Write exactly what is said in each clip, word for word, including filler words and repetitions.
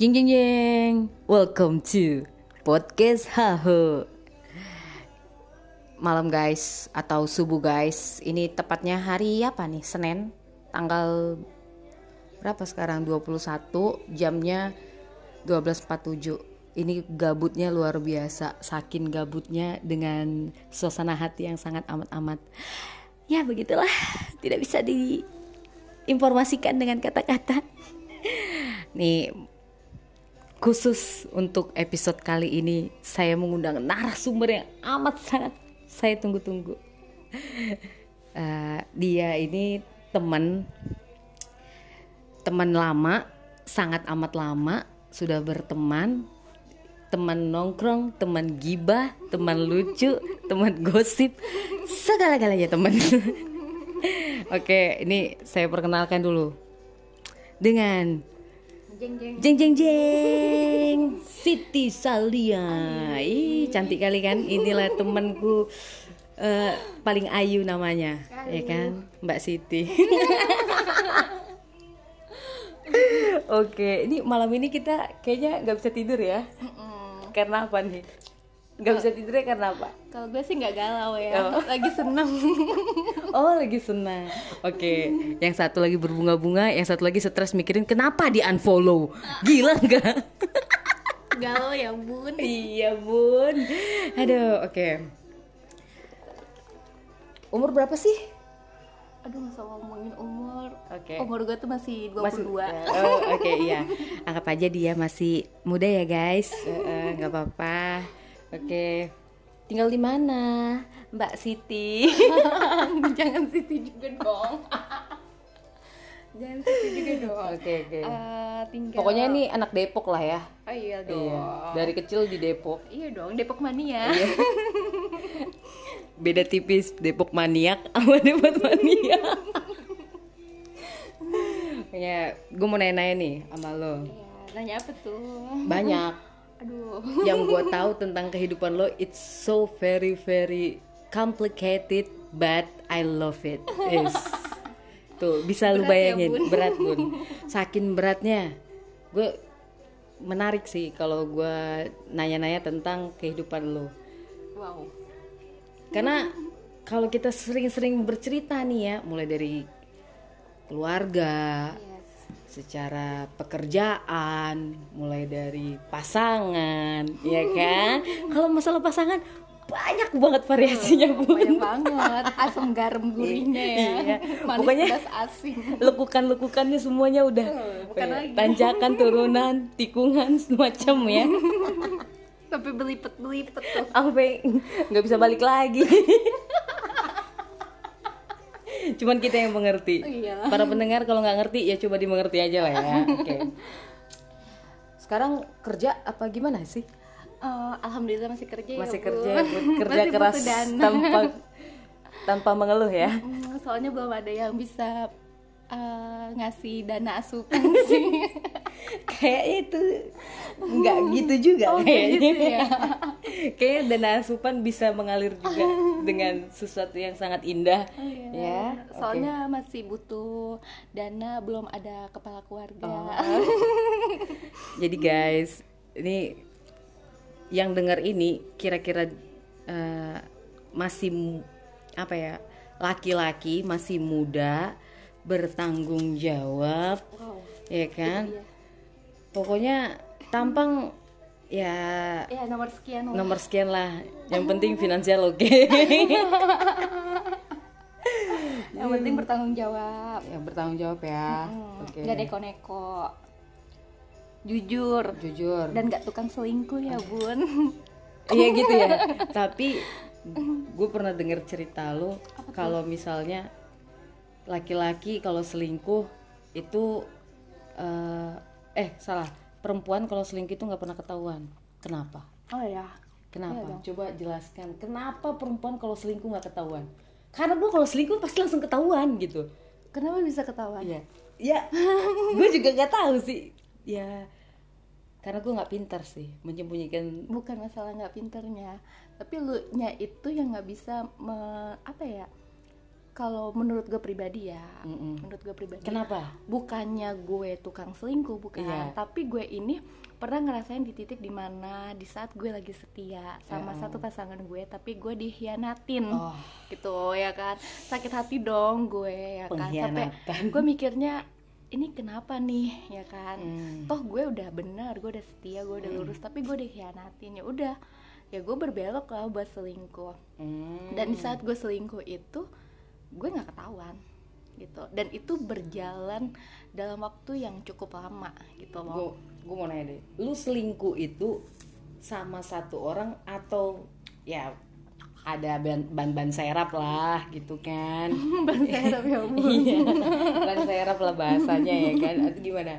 Jeng jeng jeng, welcome to podcast Haho. Malam guys, atau subuh guys. Ini tepatnya hari apa nih? Senin, tanggal berapa sekarang? dua puluh satu, jamnya dua belas empat puluh tujuh. Ini gabutnya luar biasa, saking gabutnya dengan suasana hati yang sangat amat-amat. Ya begitulah, tidak bisa diinformasikan dengan kata-kata. Nih, khusus untuk episode kali ini saya mengundang narasumber yang amat sangat saya tunggu-tunggu. Uh, dia ini teman teman lama, sangat amat lama, sudah berteman, teman nongkrong, teman gibah, teman lucu, teman gosip, segala-galanya teman. Oke, ini saya perkenalkan dulu dengan Jeng jeng jeng jeng, jeng. Siti Salia. Ih, cantik kali kan. Inilah temanku uh, paling ayu namanya. Ayu. Ya kan, Mbak Siti. Oke, ini malam ini kita kayaknya nggak bisa tidur ya. Mm-mm. Karena apa nih? Nggak bisa tidurnya karena apa? Kalau gue sih nggak galau ya, oh. Lagi seneng. Oh, lagi senang. Oke, yang satu lagi berbunga-bunga, yang satu lagi stres mikirin kenapa di unfollow. Gila nggak? Galau ya bun. Iya bun. Aduh, oke. Umur berapa sih? Aduh, nggak usah ngomongin umur. Oke. Umur gue tuh masih dua puluh dua. Masih, oh, oke okay, iya. Anggap aja dia masih muda ya guys. Nggak uh, uh, apa-apa. Oke, okay. Tinggal di mana, Mbak Siti? Jangan Siti juga dong. Jangan Siti juga dong. Oke okay, oke. Okay. Uh, tinggal... Pokoknya ini anak Depok lah ya. Oh iya dong. Iya. Dari kecil di Depok. Iya dong, Depok mania. Iya. Beda tipis Depok maniak sama Depok maniak. Ya, gue mau nanya-nanya nih sama lo. Iya, nanya apa tuh? Banyak. Aduh. Yang gue tahu tentang kehidupan lo, it's so very very complicated, but I love it. Yes. Tuh bisa lu bayangin, ya, bun? Berat bun. Saking beratnya, gue menarik sih kalau gue nanya-nanya tentang kehidupan lo. Wow. Karena kalau kita sering-sering bercerita nih ya, mulai dari keluarga. Yes. Secara pekerjaan, mulai dari pasangan, ya kan? Kalau masalah pasangan banyak banget variasinya, Bu. Banyak banget, asam garam gurihnya ya. Iya. Manis Pokoknya pedas asin. Lekukan-lekukannya semuanya udah. Bukan lagi. Tanjakan, turunan, tikungan semacam ya. Sampai belipet-belipet tuh. Sampai nggak bisa balik lagi. Cuman kita yang mengerti. Iya. Para pendengar kalau nggak ngerti ya coba dimengerti aja lah ya. Oke. Okay. Sekarang kerja apa gimana sih? Uh, Alhamdulillah masih kerja. Masih ya, kerja, Bu. kerja masih keras tanpa tanpa mengeluh ya. Soalnya belum ada yang bisa uh, ngasih dana asupan sih. Kayak itu nggak gitu juga oh, kayaknya. Gitu ya. Kayaknya dana asupan bisa mengalir juga dengan sesuatu yang sangat indah. Oh, iya. Ya. Soalnya okay. Masih butuh dana, belum ada kepala keluarga. Oh. Jadi guys, ini yang dengar ini kira-kira uh, masih apa ya? Laki-laki masih muda, bertanggung jawab. Wow. Ya kan? Iya. Pokoknya tampang ya, ya nomor sekian lah. Nomor sekian lah. Yang penting finansial oke. Okay. Yang penting bertanggung jawab. Ya bertanggung jawab ya. Hmm, Oke. Okay. Gak neko-neko. Jujur. Jujur. Dan gak tukang selingkuh ya, Bun. Iya gitu ya. Tapi gue pernah dengar cerita lo kalau misalnya laki-laki kalau selingkuh itu uh, eh salah perempuan kalau selingkuh itu nggak pernah ketahuan. Kenapa? Oh ya. Kenapa? Iya, coba jelaskan. Kenapa perempuan kalau selingkuh nggak ketahuan? Karena gue kalau selingkuh pasti langsung ketahuan gitu. Kenapa bisa ketahuan? Iya. Ya, gue juga nggak tahu sih. Ya, karena gue nggak pintar sih menyembunyikan. Bukan masalah nggak pintarnya, tapi lu nya itu yang nggak bisa me, apa ya? Kalau menurut gue pribadi ya, Mm-mm. menurut gue pribadi. Kenapa? Bukannya gue tukang selingkuh, bukan. Iya. Tapi gue ini pernah ngerasain di titik dimana di saat gue lagi setia sama Uh-uh. satu pasangan gue, tapi gue dikhianatin, Oh. gitu ya kan. Sakit hati dong gue ya kan. Sampai Pengkhianatan. gue mikirnya ini kenapa nih ya kan. Hmm. Toh gue udah benar, gue udah setia, gue udah lurus, tapi gue dikhianatin. Ya udah, ya gue berbelok lah buat selingkuh. Hmm. Dan di saat gue selingkuh itu gue nggak ketahuan gitu, dan itu berjalan dalam waktu yang cukup lama gitu gue loh. gue mau nanya deh, lu selingkuh itu sama satu orang atau ya ada ban ban, ban serap lah gitu kan? Ban serap ya Bu. Iya, ban serap lah bahasanya ya kan, atau gimana?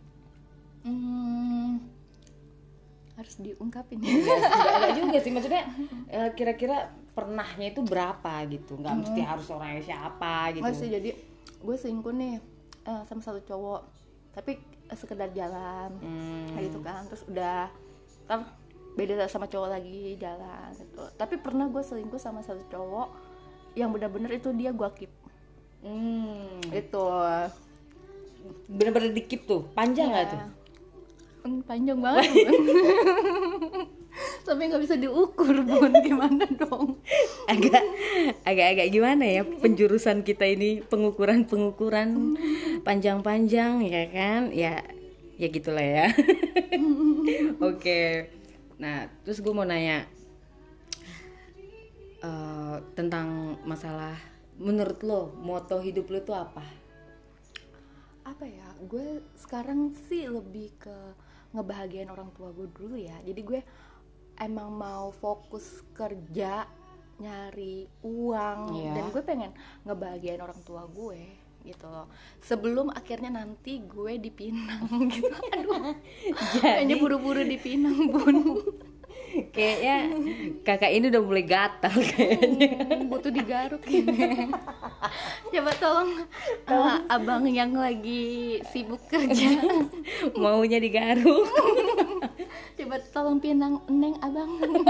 Hmm, harus diungkapin ya. Enggak, enggak, enggak juga sih, maksudnya eh, kira-kira pernahnya itu berapa gitu, nggak mesti harus orangnya siapa gitu. Nggak sih, jadi gue selingkuh nih eh, sama satu cowok, tapi eh, sekedar jalan Hmm. kayak gitu kan, terus udah kan beda sama cowok lagi jalan gitu. Tapi pernah gue selingkuh sama satu cowok yang benar-benar itu dia gue keep Hmm. itu. Bener-bener dikip tuh, panjang nggak tuh? Hmm, panjang banget Bun. Sampai nggak bisa diukur Bun, gimana dong? agak agak-agak gimana ya penjurusan kita ini, pengukuran-pengukuran panjang-panjang ya kan, ya ya gitulah ya. Oke, nah terus gue mau nanya eh, tentang masalah, menurut lo moto hidup lo itu apa? Apa ya, gue sekarang sih lebih ke ngebahagiain orang tua gue dulu ya. Jadi gue emang mau fokus kerja, nyari uang, Iya. dan gue pengen ngebahagiain orang tua gue gitu loh, sebelum akhirnya nanti gue dipinang gitu. Aduh, kayaknya buru-buru dipinang Bun. Kayaknya kakak ini udah mulai gatal kayaknya. Hmm, butuh digaruk ini. Coba tolong uh, abang yang lagi sibuk kerja, Maunya digaruk. coba tolong pinang neng abang.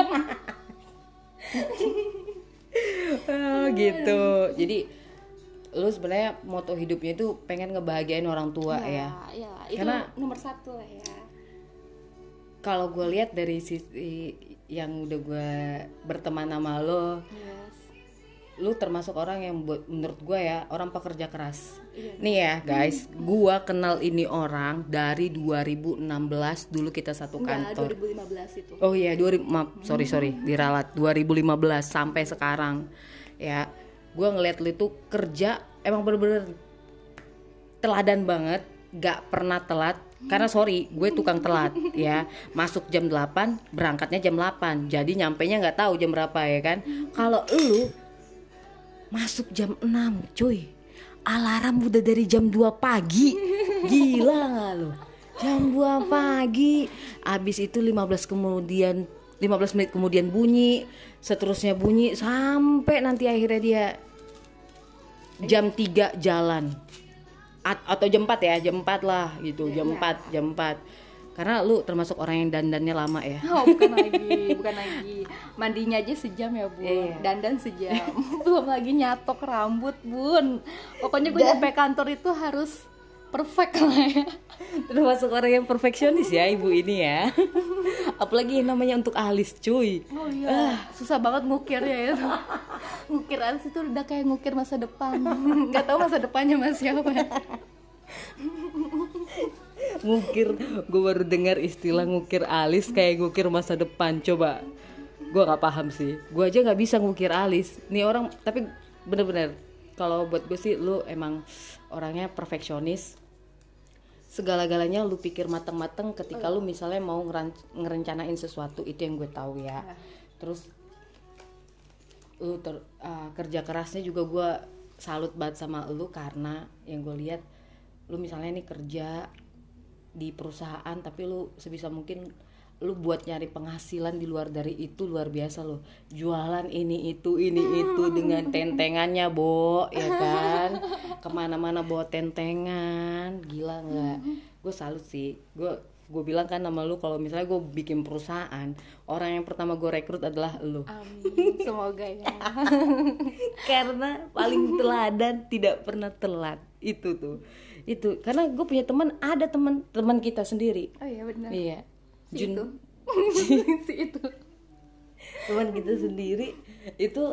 Oh, gitu. Jadi lu sebenarnya moto hidupnya itu pengen ngebahagiain orang tua ya. Ya, itu Karena nomor satu lah ya. kalau gue lihat dari sisi yang udah gue berteman sama lo, Yes. lu termasuk orang yang buat, menurut gue ya, orang pekerja keras. Iya. Nih ya guys, gue kenal ini orang dari dua ribu enam belas, dulu kita satu Enggak, kantor. dua ribu lima belas itu. Oh iya, dua ribu, maaf, sorry sorry, diralat dua ribu lima belas sampai sekarang. Ya, gue ngeliat lu itu kerja emang bener-bener teladan banget, gak pernah telat. Karena sorry, gue tukang telat ya. Masuk jam delapan, berangkatnya jam delapan. Jadi nyampenya nggak tahu jam berapa ya kan. Kalau lu masuk jam enam, cuy. Alarm udah dari jam dua pagi. Gila nggak lu? Jam dua pagi. Abis itu lima belas kemudian lima belas menit kemudian bunyi, seterusnya bunyi sampai nanti akhirnya dia jam tiga jalan. A- atau jam empat ya, jam empat lah gitu, jam Iya. empat, jam empat. Karena lu termasuk orang yang dandannya lama ya. Oh, bukan lagi, bukan lagi. Mandinya aja sejam ya, Bun. Iya. Dandan sejam. Belum lagi nyatok rambut, Bun. Pokoknya gue Dan- nyampe kantor itu harus perfect lah ya. Termasuk orang yang perfeksionis ya ibu ini ya. Apalagi yang namanya untuk alis cuy. Oh iya, susah banget ngukirnya itu. Ngukir alis itu udah kayak ngukir masa depan. Gak tahu masa depannya masih apa. Ngukir, gue baru dengar istilah ngukir alis kayak ngukir masa depan. Coba, gue nggak paham sih. Gue aja nggak bisa ngukir alis. Nih orang, tapi bener-bener kalau buat gue sih lu emang orangnya perfeksionis. Segala-galanya lu pikir mateng-mateng ketika lu misalnya mau ngeran- ngerencanain sesuatu, itu yang gue tahu ya. Terus lu ter, ah, kerja kerasnya juga gue salut banget sama lu, karena yang gue lihat lu misalnya nih kerja di perusahaan tapi lu sebisa mungkin lu buat nyari penghasilan di luar dari itu, luar biasa lo. Jualan ini itu ini itu dengan tentengannya, Bo, ya kan, kemana-mana bawa tentengan, gila nggak? Gue salut sih, gue gue bilang kan sama lu kalau misalnya gue bikin perusahaan, orang yang pertama gue rekrut adalah lu. Amin, semoga ya. Karena paling teladan, tidak pernah telat. Itu tuh, itu karena gue punya teman, ada teman teman kita sendiri. Oh iya benar. Iya, Si Jun, itu. Si itu. teman kita sendiri itu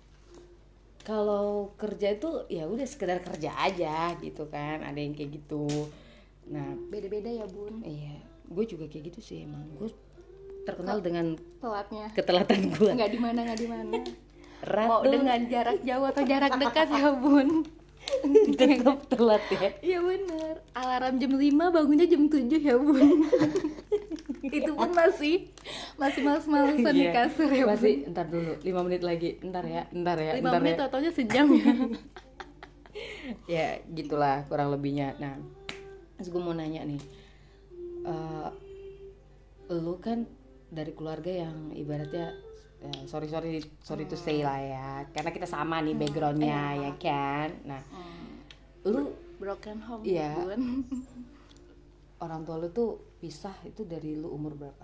kalau kerja itu ya udah sekedar kerja aja gitu kan, ada yang kayak gitu. Nah, Beda-beda ya bun. iya, gue juga kayak gitu sih emang. Gue terkenal Kok dengan telatnya. ketelatan gue. Nggak di mana nggak di mana. Mau Ratu dengan jarak jauh atau jarak dekat ya bun. tetap telat ya. Iya bener. Alarm jam lima bangunnya jam tujuh ya bun. Itu pun masih masih males-malesan di Iya, kasur ya bun. masih ntar dulu lima menit lagi, ntar ya, ntar ya, lima ntar menit ya. totalnya sejam ya. Ya gitulah kurang lebihnya. Nah, terus gue mau nanya nih, uh, lu kan dari keluarga yang ibaratnya uh, sorry sorry sorry to say lah ya, karena kita sama nih backgroundnya ya kan. Nah, lu Broken home Iya. ya bun. orang tua lu tuh pisah itu dari lu umur berapa?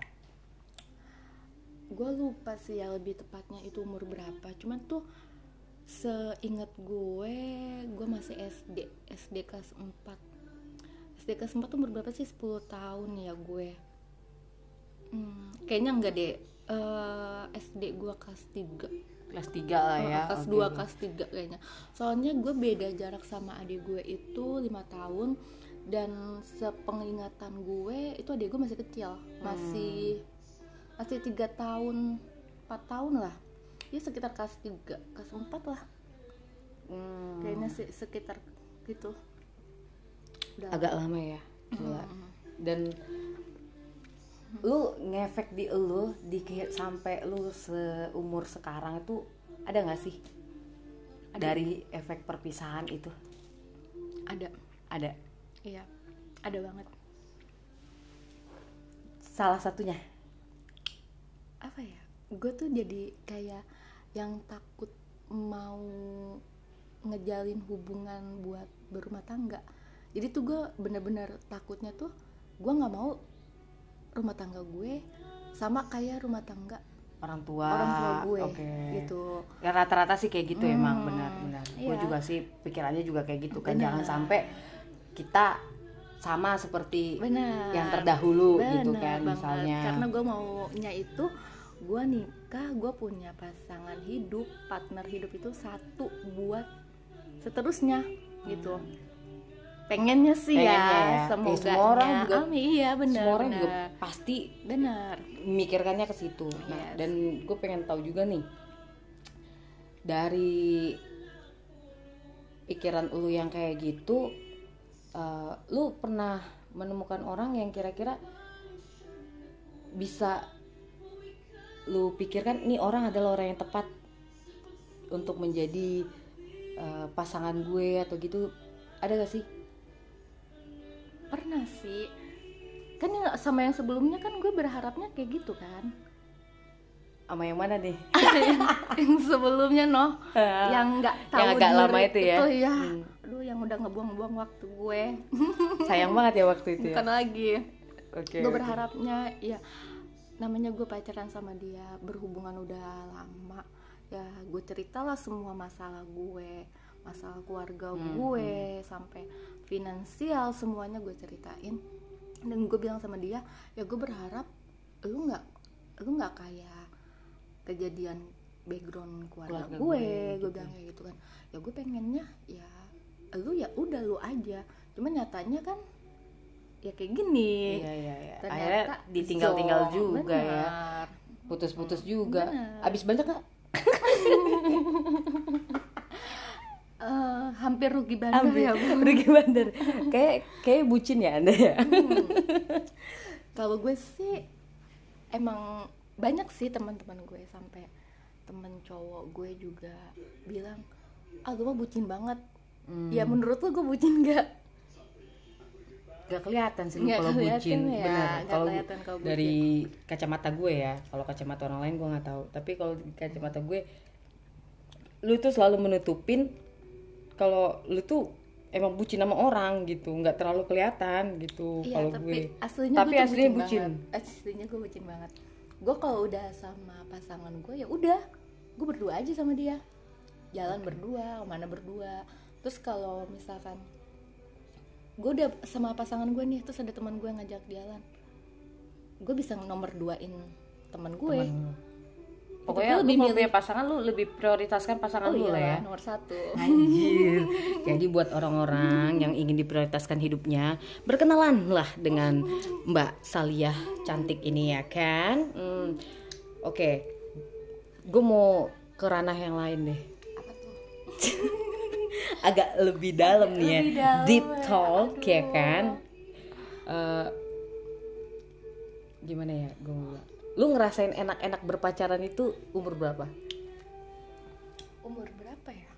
Gue lupa sih ya lebih tepatnya itu umur berapa. Cuman tuh seingat gue, gue masih S D, S D kelas empat. S D kelas empat umur berapa sih? sepuluh tahun ya gue. Hmm, kayaknya enggak deh. Eh, S D gue kelas tiga. Kelas tiga lah ya. Kelas Oke, dua, oke. kelas tiga kayaknya. Soalnya gue beda jarak sama adik gue itu lima tahun. Dan sepengingatan gue itu adik gue masih kecil. Masih Masih tiga tahun, empat tahun lah. Ya sekitar kelas tiga, kelas empat lah. Hmm, Kayaknya sih sekitar gitu. Udah agak lama ya, gila. Dan lu ngefek di lu di kayak sampai lu seumur sekarang itu ada nggak sih dari efek perpisahan itu? ada. Ada. Iya. Ada banget. Salah satunya Apa ya? Gue tuh jadi kayak yang takut mau ngejalin hubungan buat berumah tangga. Jadi tuh gue bener-bener takutnya tuh gue nggak mau rumah tangga gue sama kayak rumah tangga orang tua. orang tua gue Oke. gitu. Ya, rata-rata sih kayak gitu Hmm, emang benar-benar. Gue iya. juga sih pikirannya juga kayak gitu kan. Benar. Jangan sampai kita sama seperti Benar. yang terdahulu Benar gitu kan banget. misalnya. Karena gue maunya itu gue nikah, gue punya pasangan hidup, partner hidup itu satu buat seterusnya gitu. Pengennya sih Pengennya ya, ya. semoga Ya, semua orang juga- Amin, iya benar. Semua orang benar. juga pasti Benar. memikirkannya ke situ. Nah, Yes. dan gue pengen tahu juga nih dari pikiran lu yang kayak gitu, uh, lu pernah menemukan orang yang kira-kira bisa lu pikirkan ini orang adalah orang yang tepat untuk menjadi uh, pasangan gue atau gitu, ada gak sih? Pernah sih. Kan yang sama yang sebelumnya kan gue berharapnya kayak gitu kan. Sama yang mana nih? Yang sebelumnya noh, yang nggak tahu Yang agak diri lama itu ya? ya. Hmm. Aduh, yang udah ngebuang-buang waktu gue. Sayang banget ya waktu itu ya. Bukan lagi. Oke. Gue oke. berharapnya ya namanya gue pacaran sama dia, berhubungan udah lama. Ya gue ceritalah semua masalah gue, masalah keluarga Hmm, gue, sampai finansial semuanya gue ceritain. Dan gue bilang sama dia, ya gue berharap lu nggak lu nggak kayak kejadian background keluarga, Keluarga gue, gue, gue gitu. bilang kayak gitu kan. Ya gue pengennya ya lu ya udah lu aja. Cuma nyatanya kan ya kayak gini. Iya iya iya. Ternyata Akhirnya ditinggal-tinggal zonk. juga ya. Benar. Putus-putus juga. Benar. Abis banyak nggak? Eh, hampir rugi bandar ya Bu. Rugi bandar. Kayak kayak bucin ya Anda ya. Kalau gue sih emang banyak sih teman-teman gue, sampai temen cowok gue juga bilang, ah gue mah bucin banget. Hmm. Ya menurut lo gue bucin nggak? Gak kelihatan sih lu Nggak kalau kelihatan bucin, ya, bener. nggak Kalau kelihatan kalau bucin. dari kacamata gue ya, kalau kacamata orang lain gue nggak tahu. Tapi kalau di kacamata gue, lu tuh selalu menutupin kalau lu tuh emang bucin sama orang gitu, nggak terlalu kelihatan gitu. Iya, Kalau tapi gue aslinya tapi gue tuh aslinya bucin, bucin. banget. Aslinya gue bucin banget. Gue kalau udah sama pasangan gue ya udah, gue berdua aja sama dia, jalan berdua, kemana berdua. Terus kalau misalkan gue udah sama pasangan gue nih, terus ada teman gue ngajak jalan, gue bisa nomor duain teman gue. Temen. Pokoknya lu kalau punya pasangan lu lebih prioritaskan pasangan oh, lu lah ya. Nomor satu. Anjir. Jadi buat orang-orang yang ingin diprioritaskan hidupnya, berkenalan lah dengan Mbak Saliah cantik ini ya kan. Hmm. Oke, okay. Gue mau ke ranah yang lain deh. Apa tuh? Agak lebih dalam nih ya, dalam, deep talk aduh. ya kan. Uh, gimana ya gue bilang? Lu ngerasain enak-enak berpacaran itu umur berapa? Umur berapa ya?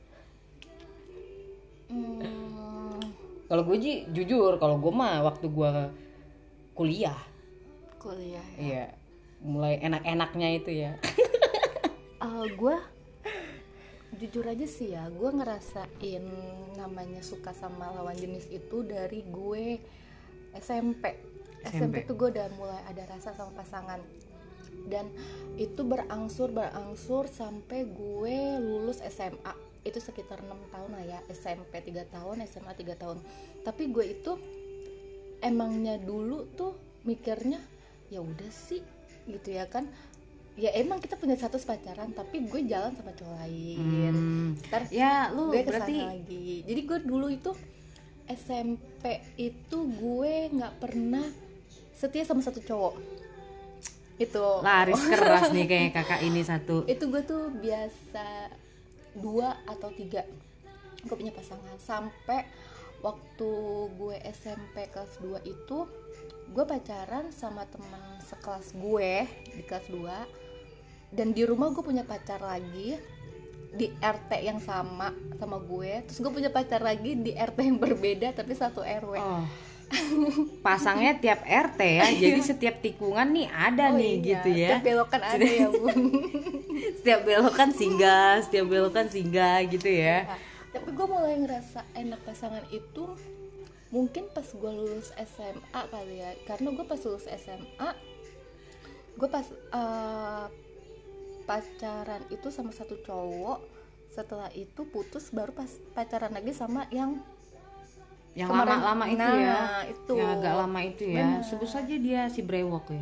Hmm, Kalau gue sih jujur, kalau gue mah waktu gue kuliah. kuliah ya. Iya, mulai enak-enaknya itu ya. uh, gue jujur aja sih ya, gue ngerasain namanya suka sama lawan jenis itu dari gue S M P. S M P tuh gue udah mulai ada rasa sama pasangan, dan itu berangsur berangsur sampai gue lulus S M A. Itu sekitar enam tahun lah ya. S M P tiga tahun, S M A tiga tahun. Tapi gue itu emangnya dulu tuh mikirnya ya udah sih gitu ya kan, ya emang kita punya status pacaran, tapi gue jalan sama cowok lain. Hmm. Ntar Ya lu gue berarti kesana lagi. Jadi gue dulu itu S M P itu gue nggak pernah setia sama satu cowok. Itu laris keras nih kayak kakak ini satu. itu gue tuh biasa dua atau tiga gue punya pasangan, sampai waktu gue S M P kelas dua itu gue pacaran sama teman sekelas gue di kelas dua, dan di rumah gue punya pacar lagi di R T yang sama sama gue, terus gue punya pacar lagi di R T yang berbeda tapi satu R W. Oh. Pasangnya tiap R T ya, jadi setiap tikungan nih ada oh, nih iya. gitu ya. Setiap belokan ada ya bun. Setiap belokan singgah, setiap belokan singgah gitu ya. Nah, tapi gue mulai ngerasa enak pasangan itu mungkin pas gue lulus S M A kali ya, karena gue pas lulus S M A gue pas uh, pacaran itu sama satu cowok, setelah itu putus, baru pas pacaran lagi sama yang yang kemarin, lama-lama itu nah, ya, itu. yang agak lama itu ya. Bener. Sebut saja dia si brewok ya.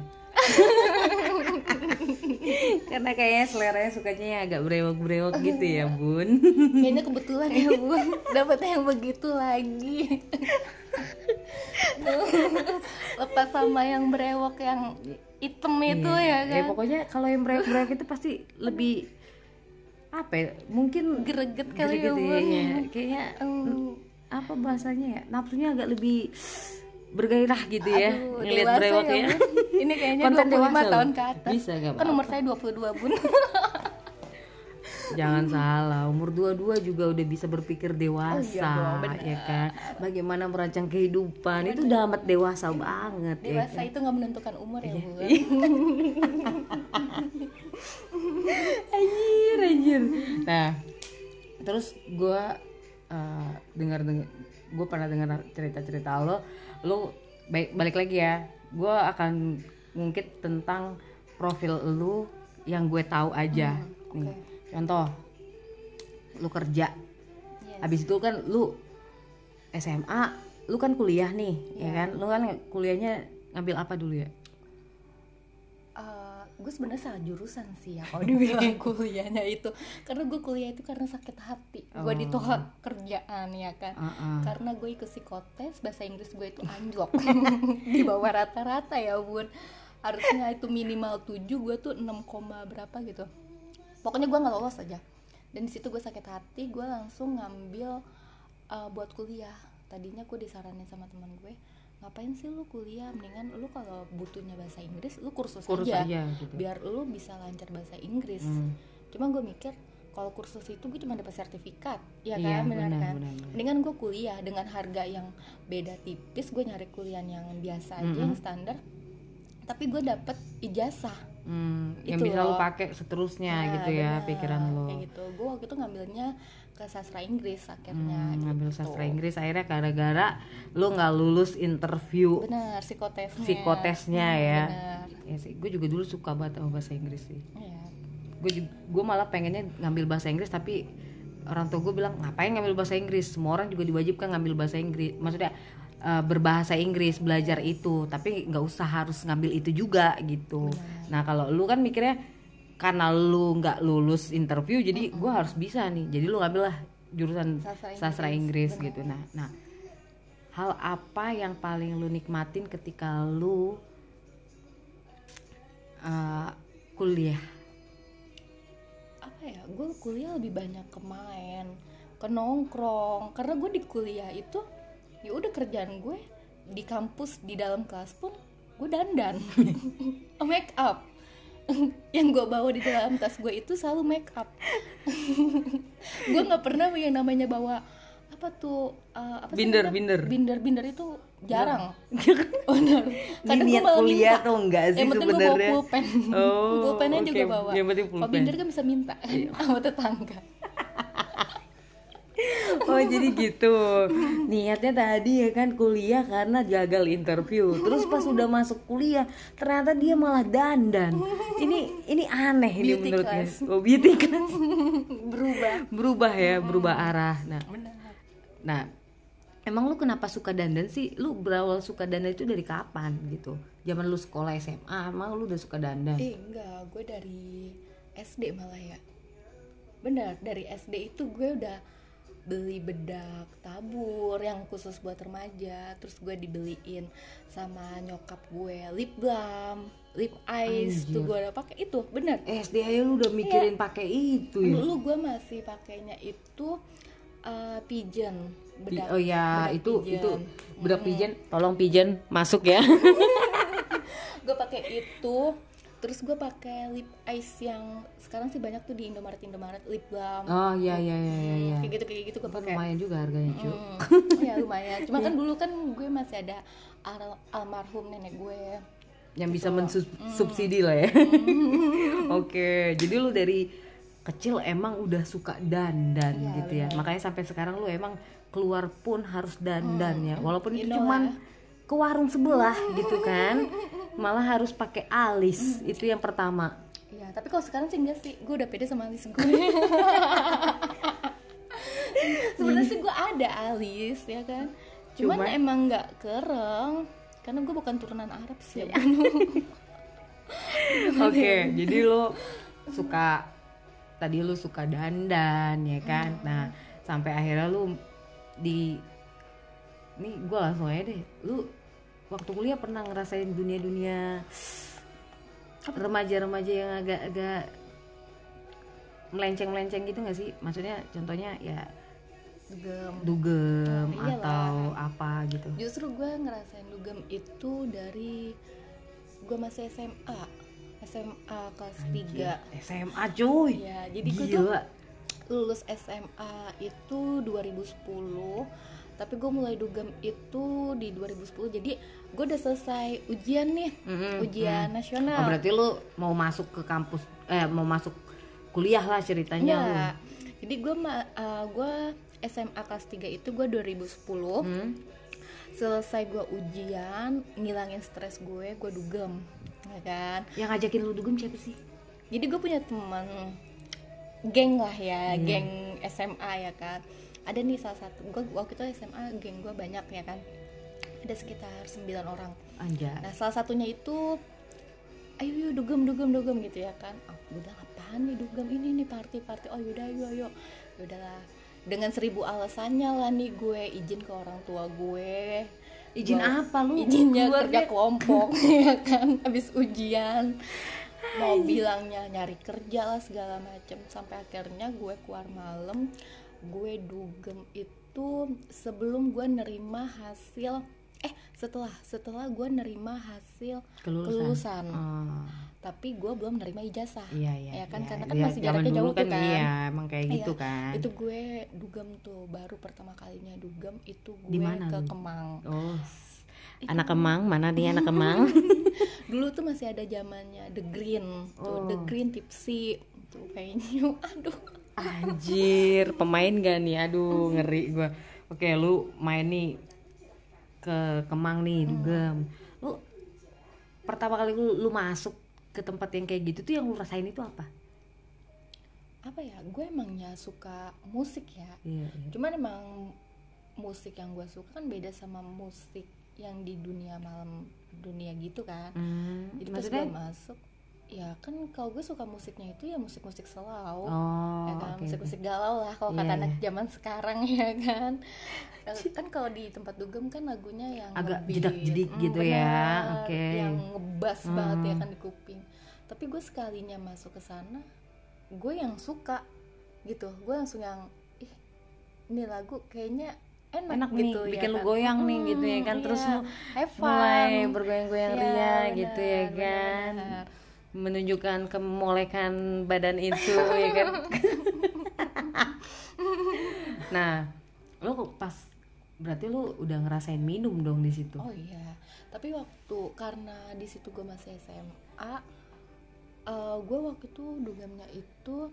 Karena kayaknya seleranya sukanya yang agak brewok-brewok gitu ya bun. Kayaknya kebetulan ya bun, dapetnya yang begitu lagi. Lepas sama yang brewok yang hitam itu iya. ya kan. Ya pokoknya kalau yang brewok-brewok itu pasti lebih apa ya? Mungkin greget kali ya greget bun. ya. Kayaknya Um, apa bahasanya ya, nafsunya agak lebih bergairah gitu ya. Aduh, ngelihat dewasa brewok ya, ya. Bun. Ini kayaknya Konten dua puluh lima dewasa tahun loh. ke atas. Bisa gak Kan apa-apa. umur saya dua puluh dua bun. Jangan salah, umur dua puluh dua juga udah bisa berpikir dewasa. Oh iya dong, benar. Ya kan. Bagaimana merancang kehidupan, benar. Itu udah amat dewasa banget. Dewasa ya kan? itu nggak menentukan umur ya bun. Anjir anjir. Nah terus gue uh, dengar dengar gue pernah dengar cerita-cerita lo lo baik balik lagi ya, gue akan ngungkit tentang profil lo yang gue tahu aja. hmm, Nih, okay. Contoh lu kerja, Yes. habis itu kan lu S M A, lu kan kuliah nih, Yeah. ya kan? Lu kan kuliahnya ngambil apa dulu ya? Uh, gue sebenarnya salah jurusan sih ya kalau dibilang kuliahnya itu, karena gue kuliah itu karena sakit hati. Gue Oh. ditolak kerjaan ya kan. Uh-uh. Karena gue ikut psikotes, bahasa Inggris gue itu anjlok. Di bawah rata-rata ya bun. Harusnya itu minimal tujuh, gue tuh enam, berapa gitu. Pokoknya gue nggak lolos aja. Dan di situ gue sakit hati, gue langsung ngambil uh, buat kuliah. Tadinya gue disaranin sama teman gue, ngapain sih lu kuliah, mendingan lu kalau butuhnya bahasa Inggris lu kursus, Kursus aja, aja, gitu. biar lu bisa lancar bahasa Inggris. Hmm. Cuma gue mikir kalau kursus itu gue cuma dapat sertifikat, ya Iya, kan, benar benar, kan. benar, benar. Mendingan gue kuliah dengan harga yang beda tipis, gue nyari kuliah yang biasa aja, Mm-hmm. yang standar. tapi gue dapet ijazah. Hmm, yang Itu bisa lu loh. pakai seterusnya Nah, gitu ya, bener. pikiran lu. Kayak gitu. Gue waktu itu ngambilnya ke sastra Inggris akhirnya. Hmm, gitu. ngambil sastra Inggris akhirnya gara-gara lu nggak lulus interview Bener, psikotesnya. psikotesnya ya. Bener. Ya sih, gue juga dulu suka banget sama bahasa Inggris sih. Iya. Gue gue malah pengennya ngambil bahasa Inggris, tapi orang tua gue bilang ngapain ngambil bahasa Inggris, semua orang juga diwajibkan ngambil bahasa Inggris, maksudnya uh, berbahasa Inggris, belajar itu, tapi nggak usah harus ngambil itu juga gitu. Bener. Nah kalau lu kan mikirnya karena lu nggak lulus interview jadi gue harus bisa nih, jadi lu ngambil lah jurusan Sastra Inggris, sastra Inggris bener. gitu. Nah, nah hal apa yang paling lu nikmatin ketika lu uh, kuliah? Apa ya, gue kuliah lebih banyak ke main, ke nongkrong, karena gue di kuliah itu ya udah kerjaan gue di kampus, di dalam kelas pun gue dandan make up yang gue bawa di dalam tas gue itu selalu make up. Gue nggak pernah yang namanya bawa apa tuh uh, apa sih Binder, namanya? binder. binder binder itu jarang. Benar. Kadang gue niat malah kuliah minta. tuh enggak sih Yang penting gue bawa sebenarnya. pulpen. Oh, Pulpennya oke. juga bawa. Yang penting Kalau pulpen. binder kan bisa minta sama tetangga. Oh jadi gitu. Niatnya tadi ya kan kuliah karena gagal interview. Terus pas udah masuk kuliah ternyata dia malah dandan. Ini ini aneh ini Beauty menurutnya. class. Oh beauty class. Berubah. Berubah ya, berubah arah. Nah, Benar. nah emang lu kenapa suka dandan sih? Lu berawal suka dandan itu dari kapan gitu? Zaman lu sekolah S M A emang lu udah suka dandan? Eh enggak, gue dari S D malah ya. Benar, dari S D itu gue udah beli bedak tabur yang khusus buat remaja. Terus gue dibeliin sama nyokap gue lip balm, lip ice. Anjir. Tuh gue udah pakai itu, benar. S D aja lu udah mikirin pakai itu ya? Dulu gue masih pakainya itu uh, pigeon, bedak. Oh ya, bedak itu pigeon. itu bedak pigeon. Tolong pigeon masuk ya. Gue pakai itu. Terus gue pakai lip ice yang sekarang sih banyak tuh di Indomaret Indomaret lip balm. Oh iya iya iya iya. iya. Kayak gitu kayak gitu gue pakai. Lumayan juga harganya, cu. Hmm, ya lumayan. Cuma kan dulu kan gue masih ada al- almarhum nenek gue. Yang bisa mensubsidi lah ya. Oke, jadi lu dari kecil emang udah suka dandan Iya, gitu ya. Makanya sampai sekarang lu emang keluar pun harus dandan ya. Walaupun itu You know cuman lah. ke warung sebelah gitu kan. Malah harus pakai alis. Itu yang pertama. Iya, tapi kalau sekarang sih enggak sih. Gue udah pede sama alis gue. Sebenarnya sih gue ada alis ya kan. Cuman, Cuman- emang nggak kereng karena gue bukan turunan Arab sih. Ya. Oke, jadi lu suka tadi lu suka dandan ya kan. Nah, sampai akhirnya lu di nih gue langsung aja deh. Lu waktu kuliah pernah ngerasain dunia-dunia remaja-remaja yang agak-agak melenceng-melenceng gitu nggak sih? Maksudnya contohnya ya Dugem. dugem Oh, iyalah. atau apa gitu. Justru gue ngerasain dugem itu dari gue masih S M A. S M A kelas tiga. S M A cuy. Iya, jadi gue tuh Gila. lulus S M A itu dua ribu sepuluh, tapi gue mulai dugem itu di dua ribu sepuluh. Jadi gue udah selesai ujian nih, Mm-mm, ujian mm. nasional. Oh, berarti lu mau masuk ke kampus eh mau masuk kuliah lah ceritanya lu. Enggak. Jadi gue ma- uh, gue S M A kelas tiga itu gue dua ribu sepuluh. Hmm? Selesai gue ujian, ngilangin stres gue, gue dugem, ya kan? Yang ngajakin lu dugem siapa sih? Jadi gue punya teman geng lah ya, Iya. geng S M A ya kan. Ada nih salah satu, gue waktu itu S M A geng gue banyak ya kan. Ada sekitar sembilan orang. Anjay. Nah salah satunya itu, ayo yuk dugem dugem dugem gitu ya kan. Oh, gue bilang apaan nih dugem ini nih party party. Oh yaudah yuk yuk. Yaudahlah. Dengan seribu alasannya lah nih gue izin ke orang tua gue. Izin Gua- apa lu? Izinnya Keluarga? kerja kelompok ya kan, habis ujian. Mau bilangnya nyari kerja lah segala macam, sampai akhirnya gue keluar malam. Gue dugem itu sebelum gue nerima hasil eh setelah setelah gue nerima hasil Kelulusan. kelulusan. Oh, Tapi gue belum nerima ijazah. iya iya. Ya kan, iya. karena kan Iya, masih zaman jaraknya dulu jauh tuh kan. Iya, emang kayak gitu Iya, kan. Itu gue dugem tuh baru pertama kalinya dugem itu Di gue mana ke lu? Kemang. Oh. Anak Kemang, mana dia anak Kemang? Dulu dulu tuh masih ada zamannya The Green tuh, Oh. The Green Tipsy tuh kayaknya. Aduh, Anjir, pemain gak nih? Aduh, ngeri gua. Oke, lu main nih ke Kemang nih, dugem. Lu pertama kali lu, lu masuk ke tempat yang kayak gitu tuh yang lu rasain itu apa? apa ya, gue emangnya suka musik ya, Iya, iya. cuman emang musik yang gue suka kan beda sama musik yang di dunia malam dunia gitu kan. Hmm, Jadi pas maksudnya? gue masuk, ya kan kalau gue suka musiknya itu ya musik-musik slow, Oh, ya kan, oke, musik-musik oke. galau lah kalau Iya, kata iya. anak zaman sekarang ya kan. Kan kalau di tempat dugem kan lagunya yang Agak ngebeat, jedak-jedik mm, gitu ya, benar, oke. yang ngebas Hmm. banget ya kan di kuping. Tapi gue sekalinya masuk ke sana, gue yang suka gitu, gue langsung yang ih ini lagu kayaknya enak, Enak nih, gitu bikin ya lu kan. goyang nih Mm, gitu ya kan. Terus iya, lu have mulai fun. bergoyang-goyang Iya, ria benar, gitu ya benar, kan. benar. Menunjukkan kemolekan badan itu ya kan. Nah, lu pas berarti lu udah ngerasain minum dong di situ. Oh iya, tapi waktu karena di situ gue masih S M A, uh, gue waktu itu dugamnya itu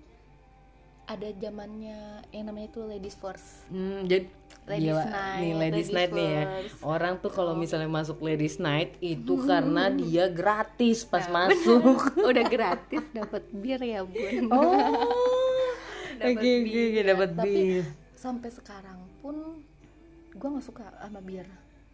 ada zamannya yang namanya itu ladies first. Hmm, jadi Ladies gila, night, nih ladies, ladies night nih ya. first. Orang tuh kalau misalnya masuk ladies night itu karena dia gratis pas Nah, masuk. Udah gratis dapat bir ya bun. Oh, Dapat oke oke oke, bir. dapat Tapi bir. sampai sekarang pun gue nggak suka sama bir,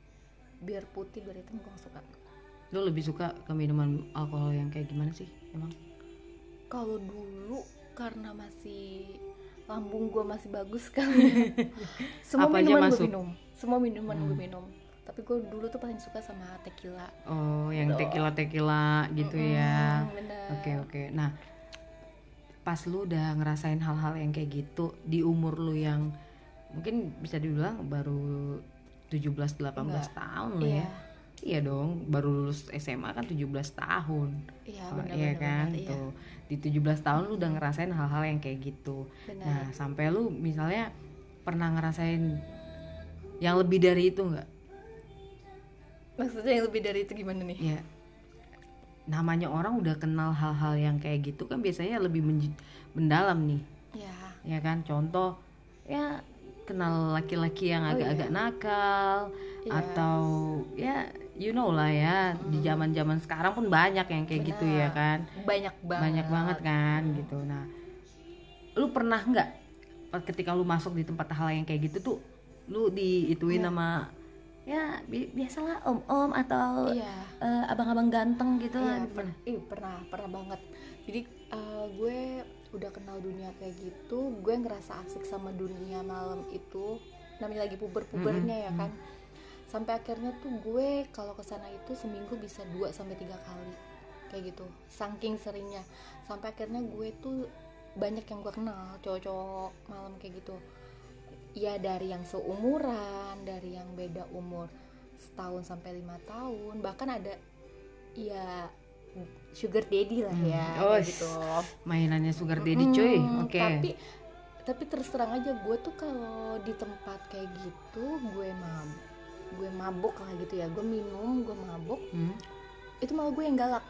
bir putih, bir hitam gue nggak suka. Lu lebih suka ke minuman alkohol yang kayak gimana sih emang? Kalau dulu karena masih lambung gue masih bagus kali ya. Semua Apa aja minuman gue masuk? minum, semua minuman gue minum. Tapi gue dulu tuh paling suka sama tequila. Oh, yang Tuh. tequila tequila gitu ya. Mm, bener. Oke oke. Nah, pas lu udah ngerasain hal-hal yang kayak gitu di umur lu yang mungkin bisa dibilang baru tujuh belas delapan belas Enggak. tahun lah ya. Iya. Iya dong, baru lulus S M A kan tujuh belas tahun. Iya Oh, benar iya benar, kan? benar, iya. Tuh. Di tujuh belas tahun lu udah ngerasain hal-hal yang kayak gitu. Benar. Nah, sampai lu misalnya pernah ngerasain yang lebih dari itu enggak? Maksudnya yang lebih dari itu gimana nih? Ya, namanya orang udah kenal hal-hal yang kayak gitu kan biasanya lebih menj- mendalam nih, Ya. ya kan? Contoh, ya kenal laki-laki yang Oh, agak-agak iya. nakal Iya. atau ya you know lah ya, di zaman-zaman sekarang pun banyak yang kayak gitu ya Benar. kan, Banyak banget. banyak banget kan gitu. Nah, lu pernah nggak pas ketika lu masuk di tempat hal yang kayak gitu tuh, lu diituin Iya. sama ya bi- biasalah om-om atau Iya. eh, abang-abang ganteng gitu lah. Iya, gitu. pernah, ih, pernah, pernah banget. Jadi uh, gue udah kenal dunia kayak gitu, gue ngerasa asik sama dunia malam itu, namanya lagi puber-pubernya ya kan. Sampai akhirnya tuh gue kalau kesana itu seminggu bisa dua sampai tiga kali kayak gitu, saking seringnya. Sampai akhirnya gue tuh banyak yang gue kenal cowok-cowok malam kayak gitu. Ya dari yang seumuran, dari yang beda umur setahun sampai lima tahun, bahkan ada ya sugar daddy lah ya Oh, kayak gitu. mainannya sugar daddy cuy. Mm, Oke. Tapi tapi terus terang aja gue tuh kalau di tempat kayak gitu gue mabuk, gue mabuk lah gitu ya, gue minum, gue mabuk, Hmm. itu malah gue yang galak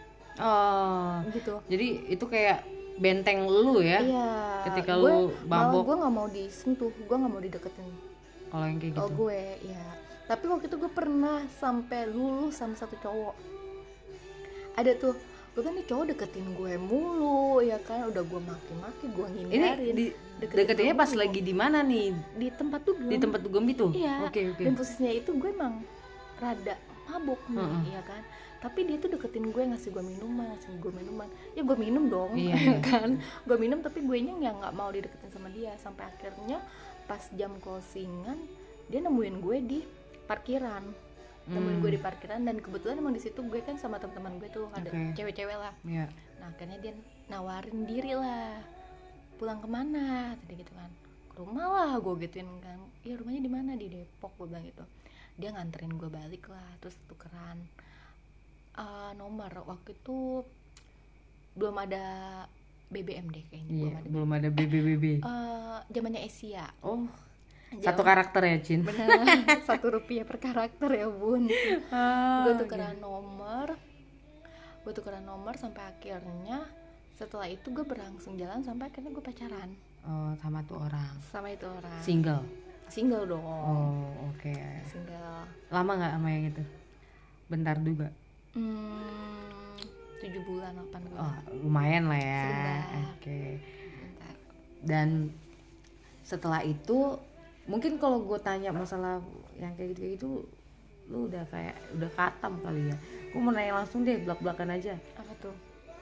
Oh, gitu. jadi itu kayak benteng lu ya? Iya. Ketika gue, lu malah mabok. gue nggak mau disentuh, gue nggak mau dideketin. Kalau yang kayak Oh gitu. gue, ya. Tapi waktu itu gue pernah sampai lulus sama satu cowok. Ada tuh, gue kan nih cowok deketin gue mulu, ya kan, udah gue maki-maki, gue Ini ngindarin. di, deketin deketinnya gue pas mulu. lagi di mana nih? Di tempat tuh Di tempat dugem itu? Iya. Oke oke. Dan posisinya itu gue emang rada mabuk nih, Heeh. ya kan. Tapi dia tuh deketin gue, ngasih gue minuman, ngasih gue minuman. Ya gue minum dong, Iya, ya iya. kan. Gue minum tapi gue nya yang nggak mau dideketin sama dia. Sampai akhirnya pas jam closingan dia nemuin gue di parkiran. Nemuin Hmm. gue di parkiran dan kebetulan emang di situ gue kan sama teman-teman gue tuh ada Oke. cewek-cewek lah. Iya. Nah akhirnya dia nawarin diri lah, pulang kemana tadi gitu kan, ke rumah lah gue gituin kan. Ya rumahnya di mana, di Depok, gue bilang gitu. Dia nganterin gue balik lah, terus tukeran uh, nomor. Waktu itu belum ada B B M deh kayaknya, Iya, belum ada. belum ada B B B B. Uh, zamannya Asia. Oh, Zaman- satu karakter ya, Cin. Bener, satu rupiah per karakter ya bun. Ah, Gue tukeran nomor, gue tukeran nomor sampai akhirnya setelah itu gue berlangsung jalan sampai akhirnya gue pacaran. Oh, sama tuh orang. Sama itu orang. Single. Single dong. Oh, oke. Okay. Single. Lama nggak sama yang itu? Bentar juga. Hmm, tujuh bulan, delapan bulan. Oh, lumayan lah ya. Oke. Okay. Dan setelah itu, mungkin kalau gue tanya masalah yang kayak gitu itu, lu udah kayak udah katam kali ya. Gue mau nanya langsung deh, belak-belakan aja. Apa tuh?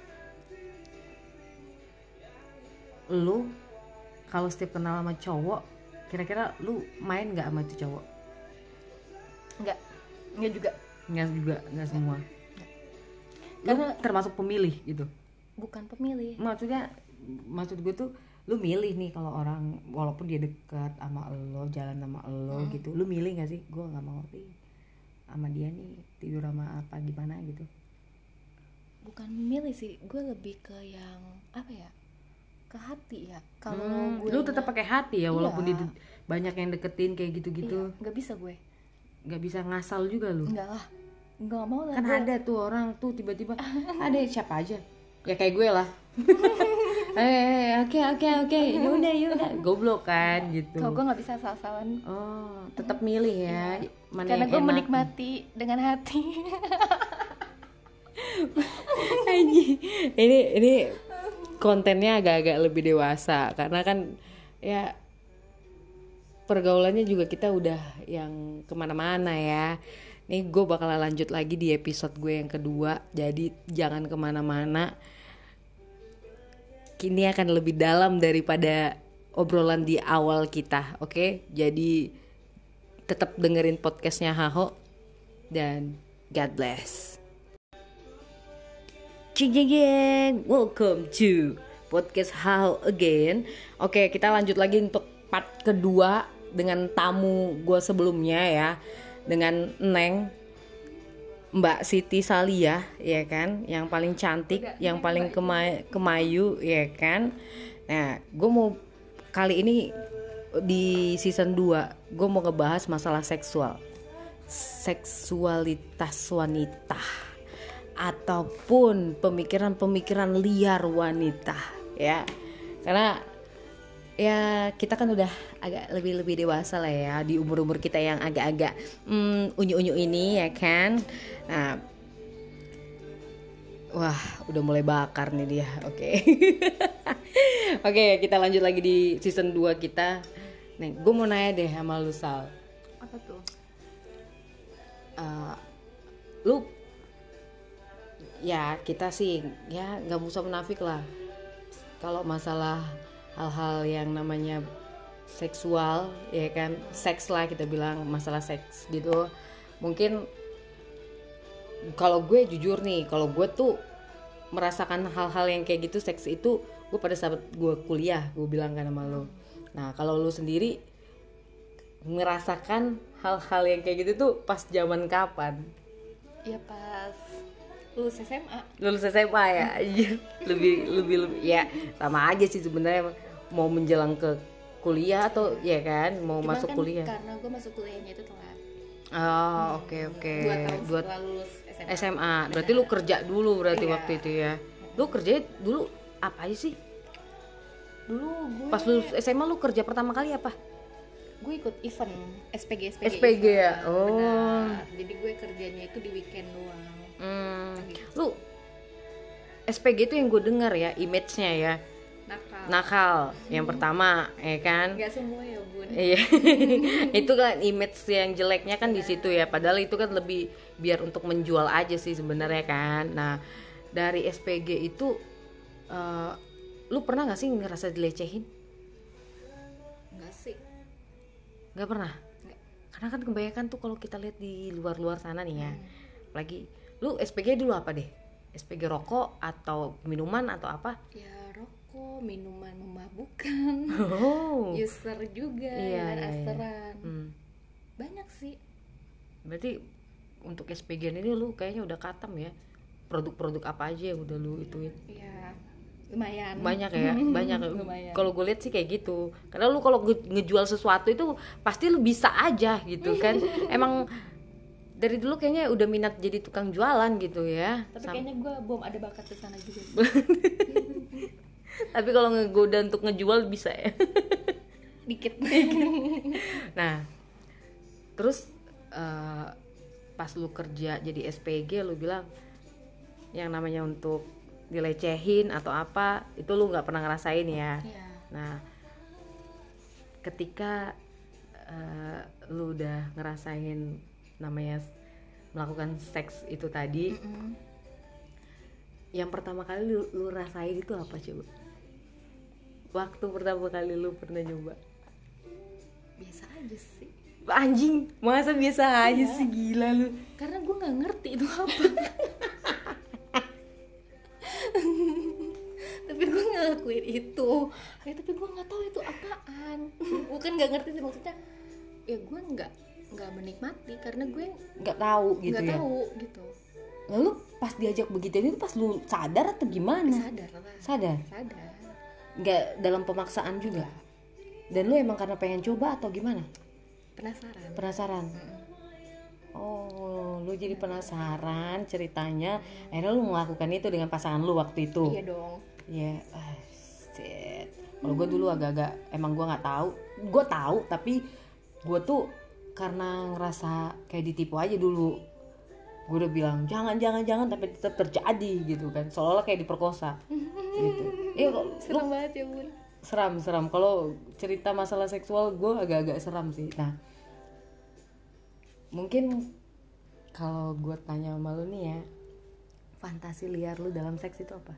Lu kalau setiap kenal sama cowok, kira-kira lu main nggak sama itu cowok? Nggak, nggak juga. Nggak juga, nggak semua. Lu Karena termasuk pemilih gitu? Bukan pemilih. Maksudnya, maksud gue tuh, lu milih nih kalau orang walaupun dia dekat sama lo, jalan sama lo hmm. gitu, lu milih nggak sih? Gue nggak mau ngerti sama dia nih tidur sama apa gimana gitu. Bukan milih sih, gue lebih ke yang apa ya? Ke hati ya. Kalau hmm, gue lu tetap pakai hati ya walaupun iya. dia banyak yang deketin kayak gitu-gitu. Iya, nggak bisa gue. Nggak bisa ngasal juga lu. Nggak lah. Nggak mau lah. Kan gue. ada tuh orang tuh tiba-tiba ada siapa aja. Ya kayak gue lah. Eh, oke oke oke. Yaudah yaudah. Goblok kan gitu. Kalau gue nggak bisa asal-asalan. Oh, tetap milih ya. Mana karena gue enak. menikmati dengan hati. Anjing. Ini ini kontennya agak-agak lebih dewasa karena kan ya pergaulannya juga kita udah yang kemana-mana ya. Nih gue bakalan lanjut lagi di episode gue yang kedua, jadi jangan kemana-mana. Kini akan lebih dalam daripada obrolan di awal kita, oke? Okay? Jadi tetap dengerin podcastnya Haho dan God bless. Cing cing cing, welcome to podcast How Again. Oke, kita lanjut lagi untuk part kedua dengan tamu gue sebelumnya ya, dengan Neng, Mbak Siti Salia, ya kan, yang paling cantik, udah, yang paling kema- kemayu, ya kan. Nah, gue mau kali ini di season dua, gue mau ngebahas masalah seksual, seksualitas wanita. Ataupun pemikiran-pemikiran liar wanita ya, karena ya kita kan udah agak lebih-lebih dewasa lah ya di umur-umur kita yang agak-agak hmm, unyu-unyu ini ya kan. Nah, wah udah mulai bakar nih dia. Oke okay. Oke okay, kita lanjut lagi di season dua kita. Nih gue mau nanya deh sama lu Sal. Apa tuh? Uh, lu ya kita sih ya nggak usah munafik lah kalau masalah hal-hal yang namanya seksual ya kan, seks lah kita bilang, masalah seks gitu. Mungkin kalau gue jujur nih, kalau gue tuh merasakan hal-hal yang kayak gitu, seks itu gue pada saat gue kuliah, gue bilang kan sama lo. Nah kalau lo sendiri ngerasakan hal-hal yang kayak gitu tuh pas zaman kapan? Ya pas lulus S M A. Lulus S M A ya, lebih lebih lebih ya sama aja sih sebenarnya, mau menjelang ke kuliah atau ya kan mau Cuman masuk kan kuliah. Karena gue masuk kuliahnya itu telat. Oh oke hmm, oke. Dua tahun Dua setelah lulus S M A. S M A. Berarti lu kerja dulu berarti iya. waktu itu ya. Lu kerja dulu apa aja sih? Dulu gue pas lulus S M A lu kerja pertama kali apa? Gue ikut event S P G S P G. S P G ya. Oh. Benar. Jadi gue kerjanya itu di weekend doang. Hmm. Lu S P G itu yang gue dengar ya, image-nya ya. Nakal. Nakal yang pertama, ya kan? Gak semua ya bun. Iya. Itu kan image yang jeleknya kan di situ ya. Padahal itu kan lebih biar untuk menjual aja sih sebenarnya kan. Nah dari S P G itu, uh, lu pernah nggak sih ngerasa dilecehin? Nggak sih. Nggak pernah. Nggak. Karena kan kebanyakan tuh kalau kita lihat di luar-luar sana nih ya. Hmm. Lagi, lu S P G dulu apa deh? S P G rokok atau minuman atau apa? Ya rokok, minuman memabukkan, oh. user juga, iya, dan iya, asteran, iya. Hmm. banyak sih. Berarti untuk S P G ini lu kayaknya udah katam ya. Produk-produk apa aja yang udah lu ituin? Ya lumayan. Banyak ya, banyak. Kalau gue lihat sih kayak gitu. Karena lu kalau ngejual sesuatu itu pasti lu bisa aja gitu kan. Emang dari dulu kayaknya udah minat jadi tukang jualan gitu ya. Tapi Sam- kayaknya gue belum ada bakat ke sana juga. Tapi kalau ngegoda untuk ngejual bisa ya. Dikit. Nah, terus uh, pas lu kerja jadi S P G lu bilang yang namanya untuk dilecehin atau apa itu lu nggak pernah ngerasain ya. Iya. Nah, ketika uh, lu udah ngerasain namanya melakukan seks itu tadi, Mm-mm. yang pertama kali lu, lu rasain itu apa coba? Waktu pertama kali lu pernah nyoba? Biasa aja sih. Anjing, masa biasa aja Iya. sih, gila lu. Karena gue nggak ngerti itu apa. Tapi gue ngelakuin itu. Ya, tapi gue nggak tahu itu apaan. Bukan nggak ngerti sih, maksudnya. Ya gue nggak nggak menikmati karena gue Nggak tahu gitu nggak ya. tahu gitu. Lalu pas diajak begitu itu pas lu sadar atau gimana? Sadar lah. Sadar. Sadar. Nggak dalam pemaksaan juga. Dan lu emang karena pengen coba atau gimana? Penasaran. Penasaran. Oh, lu jadi penasaran ceritanya. Akhirnya lu melakukan itu dengan pasangan lu waktu itu. Iya dong. Iya, ah, shit. Kalau gue dulu agak-agak emang gue nggak tahu. Gue tahu tapi gue tuh karena ngerasa kayak ditipu aja dulu. Gue udah bilang jangan jangan jangan tapi tetap terjadi gitu kan. Seolah-olah kayak diperkosa. Gitu. Iya kok Serem banget ya bun. seram seram. Kalau cerita masalah seksual gue agak-agak seram sih. Nah, mungkin kalau gue tanya sama lu nih ya, fantasi liar lu dalam seks itu apa?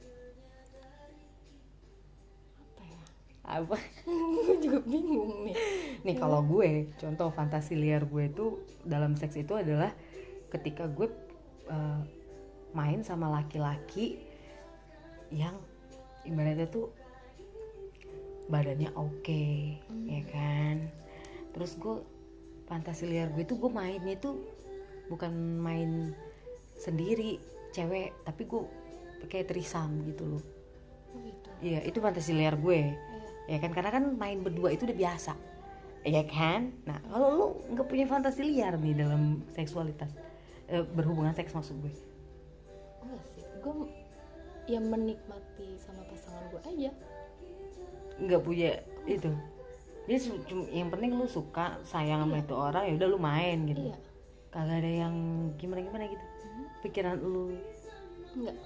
Apa ya? Apa? Gue juga bingung nih. Nih kalau gue, contoh fantasi liar gue itu dalam seks itu adalah ketika gue uh, main sama laki-laki yang ibaratnya tuh badannya oke, Hmm. ya kan. Terus gue fantasi liar gue tuh gue mainnya tuh bukan main sendiri cewek, tapi gue kayak trisam gitu loh. Oh, gitu. Iya, itu fantasi liar gue. Iya. Ya kan, karena kan main berdua itu udah biasa. Ya kan? Nah, kalau lu nggak punya fantasi liar nih dalam seksualitas, eh, berhubungan seks maksud gue. Enggak sih. Gue ya menikmati sama pasangan gue aja. Nggak punya itu. Dia su- cum- yang penting lu suka, sayang sama itu orang, ya udah lu main gitu. Iya. Kagak ada yang gimana-gimana gitu. Pikiran lu Enggak.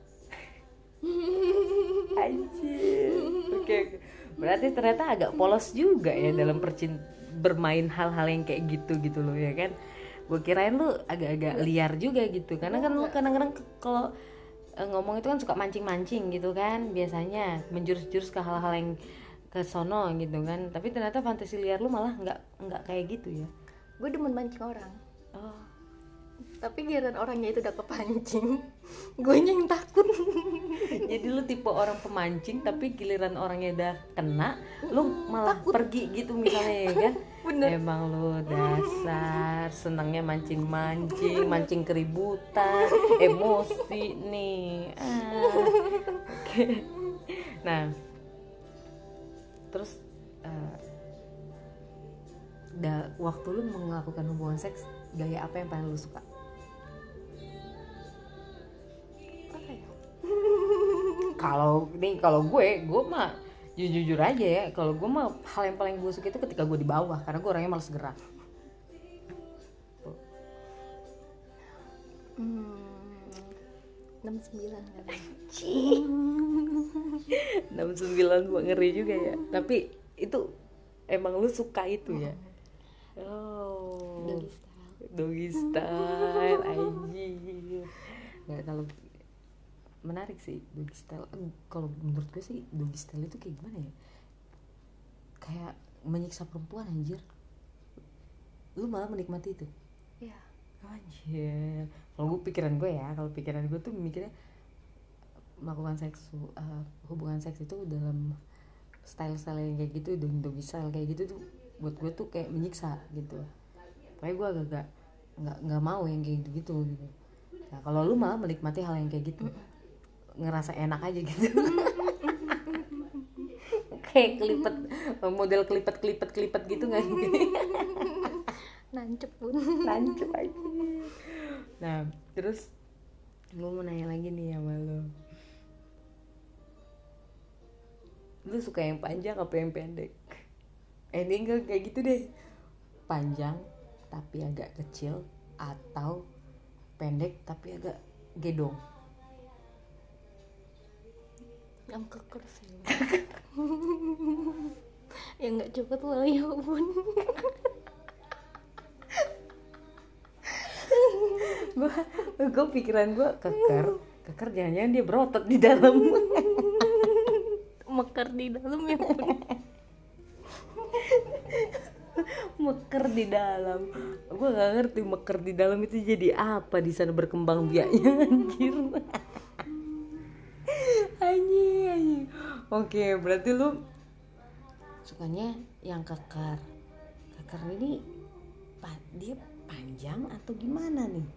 anjir. Oke, oke. Berarti ternyata agak polos juga ya dalam percin bermain hal-hal yang kayak gitu gitu loh ya kan. Gue kirain lu agak-agak liar juga gitu. Karena kan lu kadang-kadang ke- kalau eh, ngomong itu kan suka mancing-mancing gitu kan, biasanya menjurus-jurus ke hal-hal yang ke sono gitu kan. Tapi ternyata fantasi liar lu malah nggak nggak kayak gitu ya. Gue demen mancing orang. Oh, Tapi giliran orangnya itu udah kepancing, gue yang takut. jadi lu tipe orang pemancing tapi giliran orangnya udah kena, lu malah pergi gitu misalnya ya kan. Bener. Emang lu dasar senangnya mancing-mancing, mancing keributan, emosi nih. Ah, oke. Nah, terus eh, da, waktu lu melakukan hubungan seks, gaya apa yang paling lu suka? Apa ya? Kalau nih kalau gue, gue mah jujur aja ya. Kalau gue mah hal yang paling gue suka itu ketika gue di bawah, karena gue orangnya malas gerak. Hmm, enam sembilan kali. enam sembilan gue ngeri juga ya. Tapi itu emang lu suka itu ya. Oh. Doggy style. Doggy style anjing. Nggak, kalau menarik sih doggy style. Kalau menurut gue sih doggy style itu kayak gimana ya? Kayak menyiksa perempuan anjir. Lu malah menikmati itu. Iya. Anjir. Kalau gue pikiran gue ya, kalau pikiran gue tuh mikirnya melakukan seks uh, hubungan seks itu dalam style-style yang kayak gitu, doggy style kayak gitu tuh buat gue tuh kayak menyiksa gitu. Makanya gue agak nggak nggak mau yang kayak gitu gitu. Nah kalau lu malah menikmati hal yang kayak gitu, ngerasa enak aja gitu. Kayak kelipet, model kelipet kelipet kelipet gitu nggak? nancep pun. Nancep aja. Nah terus gue mau nanya lagi nih sama lo, lu suka yang panjang apa yang pendek? Eh ini enggak kayak gitu deh, panjang tapi agak kecil atau pendek tapi agak gedong? Yang keker sih. Yang nggak cepet loh ya pun. gue gue pikiran gue keker keker jangan-jangan dia berotot di dalam. Mekar di dalam ya pun. Meker di dalam, gue nggak ngerti meker di dalam itu jadi apa di sana berkembang biaknya anjir. Anjing anjing. Oke berarti lu sukanya yang kekar. Kekar ini pa- dia panjang atau gimana nih?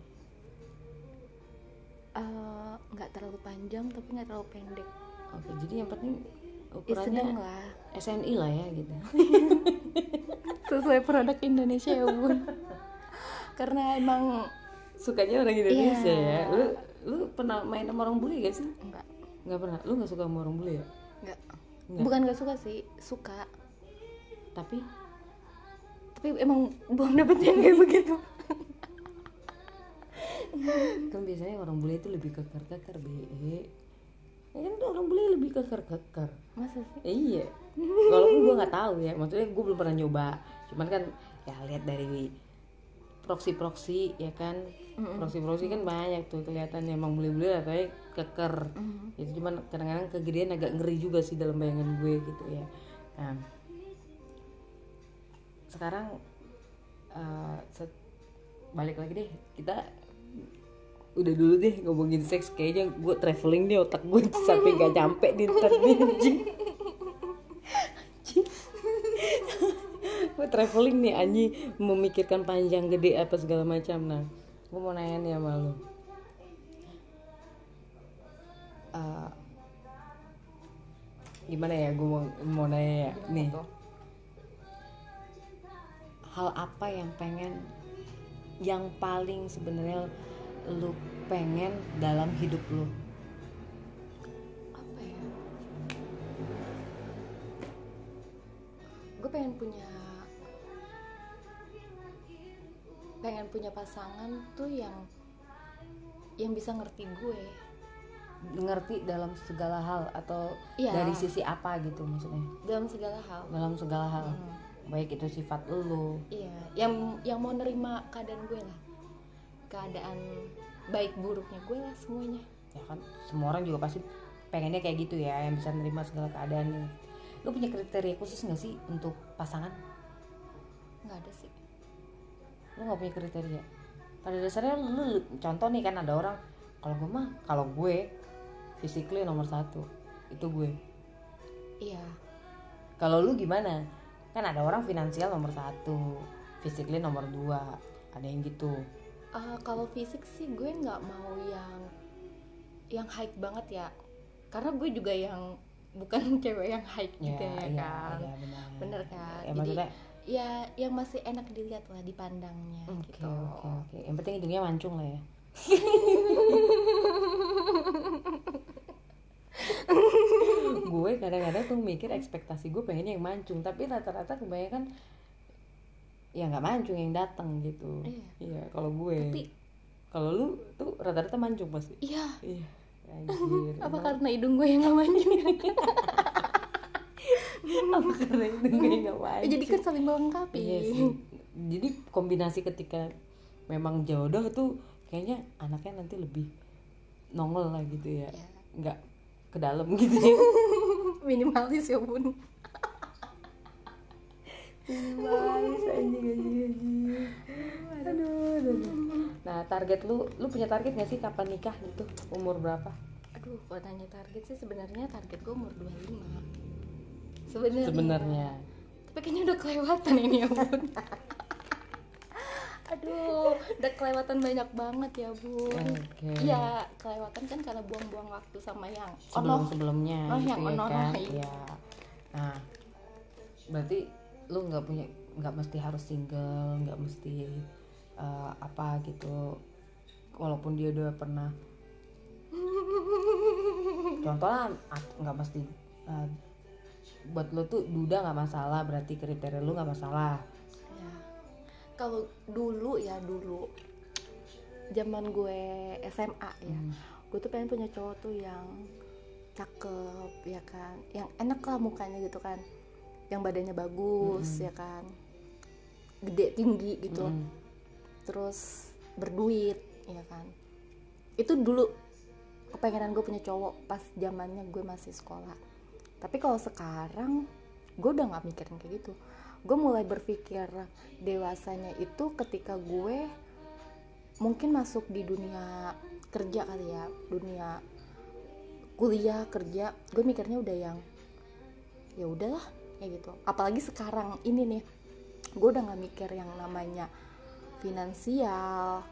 Eh, nggak uh, terlalu panjang tapi nggak terlalu pendek. Oke jadi yang penting Ya, ukurannya sedang lah. S N I lah ya gitu. Sesuai produk Indonesia ya bun. Karena emang Sukanya orang Indonesia Iya. ya. Lu lu pernah main sama orang bule gak sih? enggak Nggak pernah. Lu nggak suka sama orang bule ya? enggak Nggak. bukan nggak suka sih, suka, Tapi tapi emang belum dapet yang kayak begitu. kan biasanya orang bule itu lebih keker-keker be. Ya kan orang bule lebih keker-keker. Masa sih? Eh, iya. Walaupun gue nggak tahu ya, maksudnya gue belum pernah nyoba. Cuman kan ya lihat dari proksi-proksi ya kan, mm-hmm. proksi-proksi kan banyak tuh kelihatan emang bule-bule katanya keker. Mm-hmm. Itu cuman kadang-kadang kegedean agak ngeri juga sih dalam bayangan gue gitu ya. Nah, sekarang uh, set, balik lagi deh kita. Udah dulu deh ngomongin seks, kayaknya gue traveling deh otak gue sampai gak nyampe di ntar nih anjing. Gue traveling nih anjing, memikirkan panjang gede apa segala macam. Nah gue mau nanya nih sama lo, uh, gimana ya gue mau, mau nanya ya nih, hal apa yang pengen, yang paling sebenarnya lu pengen dalam hidup lu? Apa ya? Gue pengen punya pengen punya pasangan tuh yang yang bisa ngerti gue. Ngerti dalam segala hal atau Iya. dari sisi apa gitu maksudnya? Dalam segala hal. Dalam segala hal. Hmm. Baik itu sifat lu. Iya, yang yang mau nerima keadaan gue lah. Keadaan baik buruknya gue lah semuanya. Ya kan semua orang juga pasti pengennya kayak gitu ya, yang bisa nerima segala keadaan. Lu punya kriteria khusus nggak sih untuk pasangan? Nggak ada sih. Lu nggak punya kriteria? Pada dasarnya lu, lu contoh nih kan ada orang, kalau gue mah kalau gue physically nomor satu itu gue. Iya. Kalau lu gimana? Kan ada orang finansial nomor satu, physically nomor dua, ada yang gitu. Uh, kalau fisik sih gue nggak mau yang yang high banget ya, karena gue juga yang bukan cewek yang high ya, juga ya, ya kan, ya, benar. bener kan, ya, jadi maksudnya, ya yang masih enak dilihat lah dipandangnya. Oke gitu. oke oke. Yang penting hidungnya mancung lah ya. Gue kadang-kadang tuh mikir ekspektasi gue pengennya yang mancung, tapi rata-rata kebanyakan ya nggak mancung yang datang gitu. Iya. Iya kalau gue. Tapi kalau lu tuh rata-rata mancung pasti. Iya. Iya. Anjir. Apa karena hidung gue yang nggak mancung? Apa karena hidung gue nggak mancung? Jadi kan saling melengkapi. Iya sih. Jadi kombinasi ketika memang jodoh tuh kayaknya anaknya nanti lebih nongol lah gitu ya. Iya. Nggak ke dalam gitu ya. Minimalis ya bun. Minimalis anjing anjing anjing. Aduh, aduh. Nah target lu, lu punya target nggak sih kapan nikah gitu? Umur berapa? Aduh, buat tanya target sih sebenarnya target gue umur dua puluh lima. Sebenarnya. Sebenarnya. Tapi kayaknya udah kelewatan ini ya bun. Aduh, udah kelewatan banyak banget ya bun. Okay. Ya kelewatan kan karena buang-buang waktu sama yang sebelum sebelumnya oh, gitu yang ya ono kan. Iya. Ya. Nah berarti lu nggak punya nggak mesti harus single, nggak mesti uh, apa gitu, walaupun dia udah pernah contohnya nggak mesti uh, buat lo tuh duda nggak masalah, berarti kriteria lo nggak masalah ya. Kalau dulu ya dulu zaman gue S M A ya, hmm. gue tuh pengen punya cowok tuh yang cakep ya kan, yang enak lah mukanya gitu kan, yang badannya bagus hmm. ya kan, gede tinggi gitu, hmm. terus berduit ya kan. Itu dulu kepengenan gue punya cowok pas zamannya gue masih sekolah. Tapi kalau sekarang gue udah nggak mikirin kayak gitu. Gue mulai berpikir dewasanya itu ketika gue mungkin masuk di dunia kerja kali ya, dunia kuliah kerja, gue mikirnya udah yang ya udahlah kayak gitu. Apalagi sekarang ini nih, gue udah nggak mikir yang namanya finansial,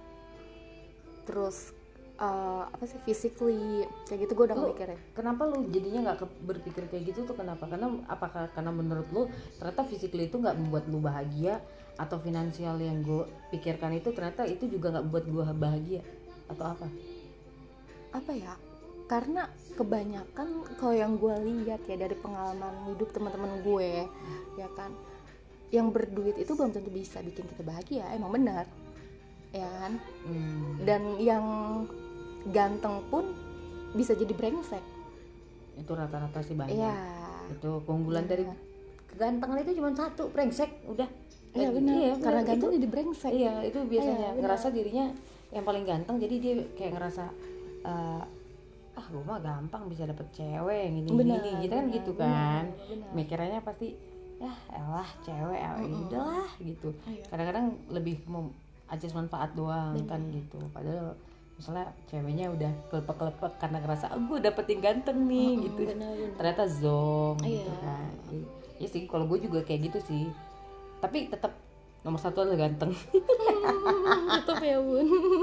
terus uh, apa sih physically kayak gitu, gue udah nggak mikir ya. Kenapa lu jadinya nggak berpikir kayak gitu tuh? Kenapa? Karena apakah karena menurut lu ternyata physically itu nggak membuat lu bahagia, atau finansial yang gue pikirkan itu ternyata itu juga nggak buat gue bahagia, atau apa? Apa ya? Karena kebanyakan kalau yang gue lihat ya dari pengalaman hidup teman-teman gue, hmm. ya kan, yang berduit itu belum tentu bisa bikin kita bahagia, emang benar, ya kan? Hmm. Dan yang ganteng pun bisa jadi brengsek. Itu rata-rata sih banyak. Ya. Itu keunggulan ya. Dari kegantengan itu cuma satu, brengsek, udah. Iya benar. Iya, karena ganteng jadi brengsek. Iya, itu biasanya ya, ngerasa dirinya yang paling ganteng, jadi dia kayak ngerasa uh, ah gue mah gampang bisa dapet cewek yang ini gini gitu kan, gitu kan. Bener. Mikirannya pasti ya elah cewek, ya udahlah gitu. Iya. Kadang-kadang lebih mau ajas manfaat doang. Bener. Kan gitu. Padahal misalnya ceweknya udah kelepek-kelepek karena ngerasa oh, gue dapet yang ganteng nih mm-hmm, gitu. Bener, bener. Ternyata zong. Iya. Gitu kan. Ya sih kalau gue juga kayak gitu sih. Tapi tetap nomor satu adalah ganteng. Tetap ya bun.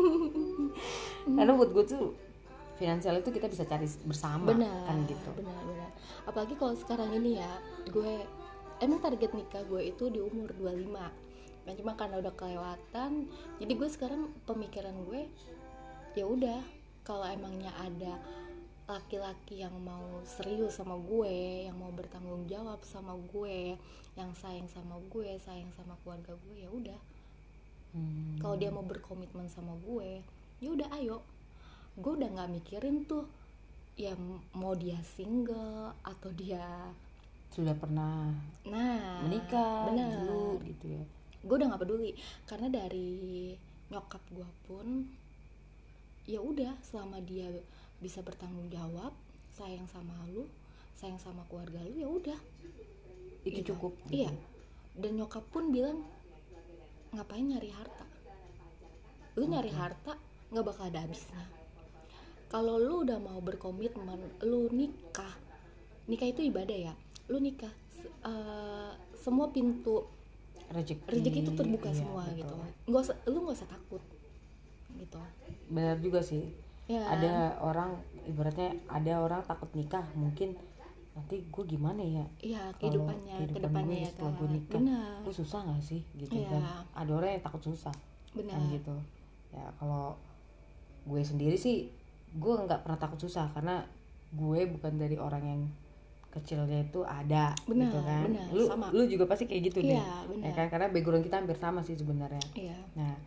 Karena buat gue tuh finansial itu kita bisa cari bersama. Benar, kan gitu. Benar, benar. Apalagi kalau sekarang ini ya, gue emang target nikah gue itu di umur dua puluh lima. Nah, cuma karena udah kelewatan, jadi gue sekarang pemikiran gue ya udah, kalau emangnya ada laki-laki yang mau serius sama gue, yang mau bertanggung jawab sama gue, yang sayang sama gue, sayang sama keluarga gue, ya udah. Hmm. Kalau dia mau berkomitmen sama gue, ya udah ayo. Gue udah nggak mikirin tuh, ya mau dia single atau dia sudah pernah nah menikah dulu gitu ya. Gue udah nggak peduli, karena dari nyokap gue pun, ya udah selama dia bisa bertanggung jawab, sayang sama lu, sayang sama keluarga lu, ya udah itu gitu. Cukup gitu. Iya. Dan nyokap pun bilang ngapain nyari harta, lu nyari okay. harta nggak bakal ada habisnya. Kalau lu udah mau berkomitmen, lu nikah, nikah itu ibadah ya, lu nikah, uh, semua pintu rezeki, rezeki itu terbuka iya, semua betul. Gitu, nggak usah, lu nggak usah takut, gitu. Benar juga sih. Ya. Ada orang, ibaratnya ada orang takut nikah, mungkin nanti gue gimana ya? Iya, kehidupannya, kehidupan kedepannya gue ya setelah kan. gue nikah, gue susah nggak sih, gitu ya. Kan? Ada orang yang takut susah, benar. Kan gitu. Ya kalau gue sendiri sih, gue nggak pernah takut susah karena gue bukan dari orang yang kecilnya itu ada, benar, gitu kan. Benar, lu sama. Lu juga pasti kayak gitu iya, deh, benar. Ya kan, karena background kita hampir sama sih sebenarnya. Iya. Nah,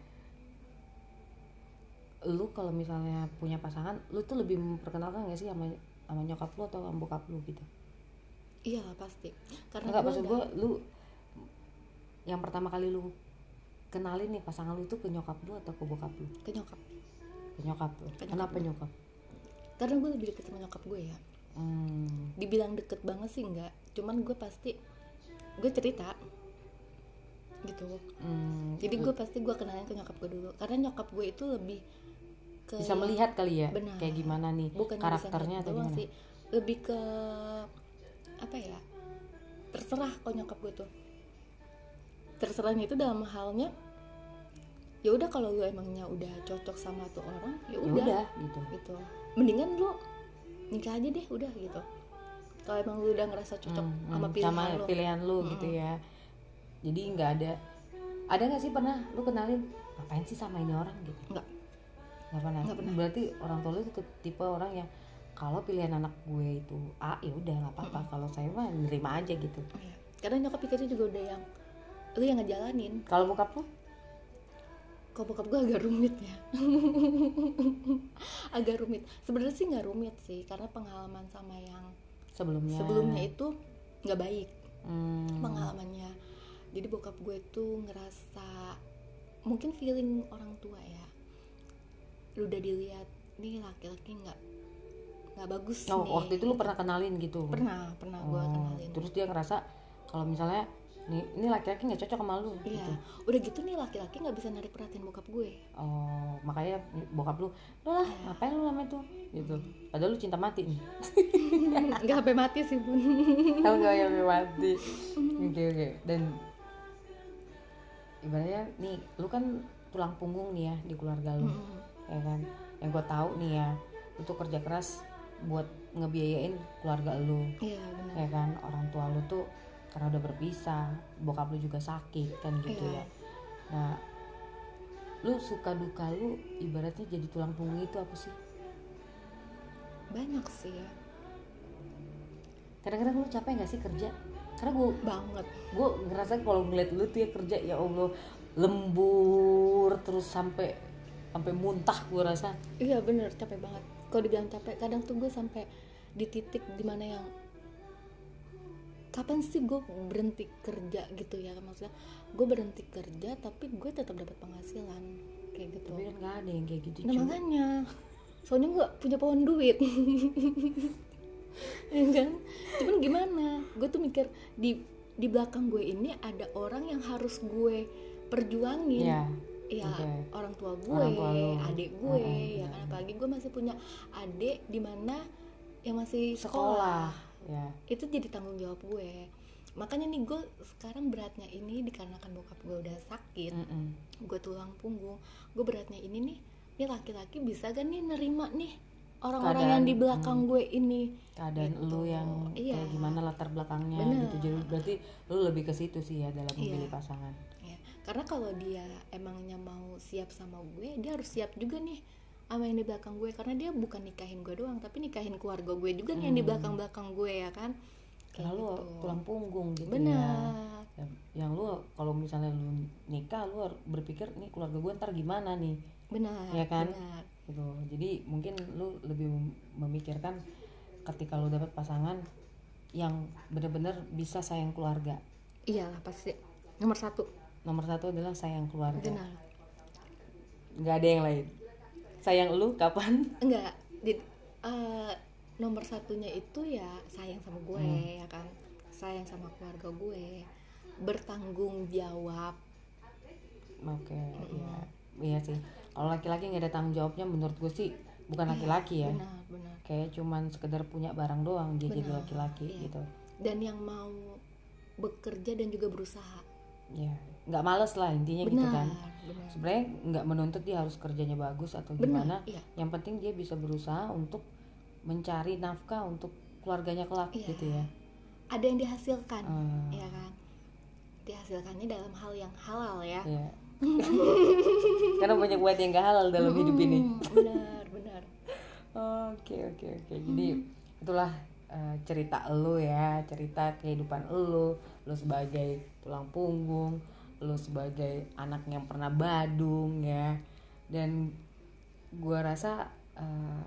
lu kalau misalnya punya pasangan, lu tuh lebih memperkenalkan nggak sih sama sama nyokap lu atau sama bokap lu gitu? Iya pasti. Karena nggak, maksud gue lu yang pertama kali lu kenalin nih pasangan lu tuh ke nyokap lu atau ke bokap lu? Ke nyokap. Ke nyokap lu. Ke Kenapa nyokap? nyokap? Karena gue lebih deket sama nyokap gue ya. Hmm. Dibilang deket banget sih enggak, cuman gue pasti gue cerita gitu. Hmm. Jadi gue pasti gue kenalin ke nyokap gue dulu, karena nyokap gue itu lebih ke bisa melihat kali ya. Benar. Kayak gimana nih. Bukan karakternya atau gimana sih, lebih ke apa ya, terserah kok nyokap gue tuh. Terserahnya itu dalam halnya ya udah, kalau lu emangnya udah cocok sama tuh orang, ya udah gitu. Gitu. Mendingan lu nikah aja deh, udah gitu. Kalau emang lu udah ngerasa cocok hmm, sama pilihan sama lu, pilihan lu hmm. gitu ya. Jadi nggak ada ada nggak sih pernah lu kenalin ngapain sih sama ini orang gitu? Nggak. Nggak pernah. Nggak pernah. Berarti orang tua lu itu tipe orang yang kalau pilihan anak gue itu A, ya udah nggak apa-apa. Mm-hmm. Kalau saya mah nerima aja gitu. Iya. Karena nyokap pikirnya juga udah yang lu yang ngejalanin. Kalau bokap lu? Kalau bokap gue agak rumit ya. Agak rumit. Sebenarnya sih nggak rumit sih, karena pengalaman sama yang sebelumnya sebelumnya itu nggak baik. Hmm. Pengalamannya. Jadi bokap gue tuh ngerasa mungkin feeling orang tua ya. Lu udah dilihat nih laki-laki nggak nggak bagus oh, nih. Waktu itu lu pernah kenalin gitu? Pernah, pernah oh, gue kenalin. Terus dia ngerasa kalau misalnya nih ini laki-laki nggak cocok sama lu. Iya. Gitu. Udah gitu nih laki-laki nggak bisa narik perhatian bokap gue. Oh, makanya bokap lu, udah lah, ngapain lu namanya tuh, gitu. Padahal lu cinta mati nih. Nggak sampai mati sih bun. Kamu nggak sampai mati. Oke oke. Dan ibaratnya nih, lu kan tulang punggung nih ya di keluarga lu, mm-hmm. ya kan. Yang gue tahu nih ya, lu tuh kerja keras buat ngebiayain keluarga lu. Iya benar. Ya kan, orang tua lu tuh karena udah berpisah, bokap lu juga sakit kan gitu iya. ya. Nah, lu suka duka lu ibaratnya jadi tulang punggung itu apa sih? Banyak sih ya. Kadang-kadang lu capek nggak sih kerja? Karena gue banget. Gue ngerasa kalau ngeliat lu tuh ya kerja, ya Allah, lembur terus sampai sampai muntah gue rasa. Iya bener, capek banget. Kalau dibilang capek, kadang tuh gue sampai di titik dimana yang kapan sih gue berhenti kerja gitu ya, maksudnya gue berhenti kerja tapi gue tetap dapat penghasilan kayak gitu. Tapi kan nggak ada yang kayak gitu. Nah cuman. Makanya soalnya gue punya pohon duit. Ya kan, cuman gimana, gue tuh mikir di di belakang gue ini ada orang yang harus gue perjuangin. Ya, ya okay. Orang tua gue, orang tua adik gue, uh-uh, ya kan, apalagi gue masih punya adik di mana yang masih sekolah, sekolah. Ya. Itu jadi tanggung jawab gue. Makanya nih gue sekarang beratnya ini dikarenakan bokap gue udah sakit, mm-mm. gue tulang punggung, gue beratnya ini nih, nih laki-laki bisa gak nih nerima nih orang-orang keadaan, yang di belakang hmm, gue ini, keadaan gitu. Lu yang iya. kayak gimana latar belakangnya. Bener. Gitu. Jadi berarti lu lebih ke situ sih ya dalam memilih iya. pasangan. Iya. Karena kalau dia emangnya mau siap sama gue, dia harus siap juga nih sama yang di belakang gue, karena dia bukan nikahin gue doang, tapi nikahin keluarga gue juga nih hmm. yang di belakang-belakang gue ya kan. Karena lu gitu. Tulang punggung gitu. Bener. Ya. Yang lu kalau misalnya lu nikah, lu berpikir nih keluarga gue ntar gimana nih. Benar. Ya kan? Benar. Gitu. Jadi mungkin lu lebih memikirkan ketika lu dapat pasangan yang benar-benar bisa sayang keluarga. Iyalah pasti nomor satu. Nomor satu adalah sayang keluarga. Benar. Nggak ada yang lain. Sayang lu kapan? Enggak. Jadi, uh, nomor satunya itu ya sayang sama gue, hmm. ya kan. Sayang sama keluarga gue. Bertanggung jawab. Oke, okay, hmm. iya. Iya sih. Kalau laki-laki nggak ada tanggung jawabnya, menurut gue sih bukan laki-laki ya. Benar, benar. Kayak cuman sekedar punya barang doang dia benar, jadi laki-laki iya. gitu. Dan yang mau bekerja dan juga berusaha. Ya, nggak males lah intinya benar, gitu kan. Benar. Sebenarnya nggak menuntut dia harus kerjanya bagus atau gimana. Benar, iya. Yang penting dia bisa berusaha untuk mencari nafkah untuk keluarganya kelak iya. gitu ya. Ada yang dihasilkan, hmm. ya kan. Dihasilkannya dalam hal yang halal ya. Iya. Karena banyak buat yang gak halal dalam hmm, hidup ini. Benar, benar. Oke, oke, oke. Jadi hmm. itulah uh, cerita lu ya, cerita kehidupan lu, lu sebagai tulang punggung, lu sebagai anak yang pernah badung ya. Dan gua rasa uh,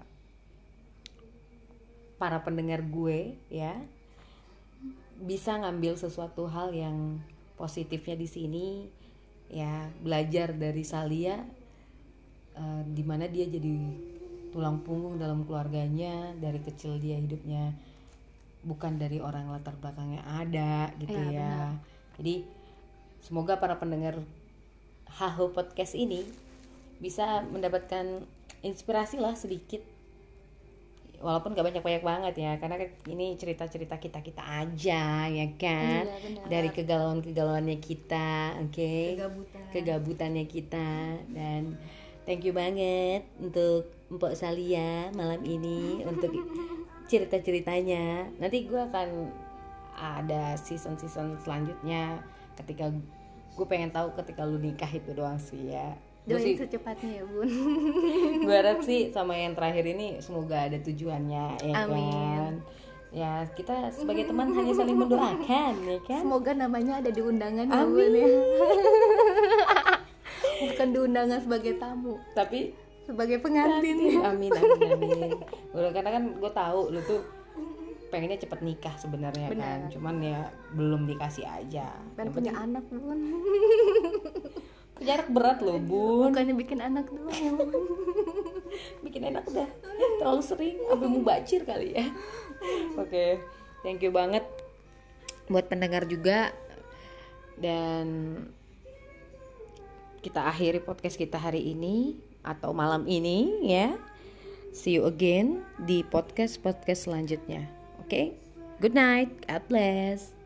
para pendengar gue ya bisa ngambil sesuatu hal yang positifnya di sini. Ya, belajar dari Salia uh, dimana dia jadi tulang punggung dalam keluarganya, dari kecil dia hidupnya bukan dari orang latar belakangnya ada gitu ya, ya. Jadi semoga para pendengar Haho Podcast ini bisa mendapatkan inspirasi lah sedikit, walaupun gak banyak-banyak banget ya, karena ini cerita-cerita kita-kita aja ya kan. Iya, dari kegalauan-kegalauannya kita, oke okay? Kegabutan. kegabutannya kita. Dan thank you banget untuk Mpok Salia malam ini untuk cerita-ceritanya. Nanti gue akan ada season-season selanjutnya ketika gue pengen tahu ketika lu nikah itu doang sih ya. Doain secepatnya ya bun. Gue harap sih sama yang terakhir ini semoga ada tujuannya ya. Amin. Kan ya kita sebagai teman hanya saling mendoakan ya kan. Semoga namanya ada di undangan ya bun ya. Bukan di undangan sebagai tamu tapi sebagai pengantin. Amin amin amin. Karena kan gue tahu lu tuh pengennya cepet nikah sebenarnya kan, cuman ya belum dikasih aja. Pengen punya penting... anak bun. Jarak berat loh bun. Bukannya bikin anak doang ya bun. Bikin anak udah terlalu sering, sampai mubacir kali ya. Oke, okay. Thank you banget buat pendengar juga. Dan kita akhiri podcast kita hari ini atau malam ini ya. See you again di podcast-podcast selanjutnya. Oke, okay? Good night, God bless.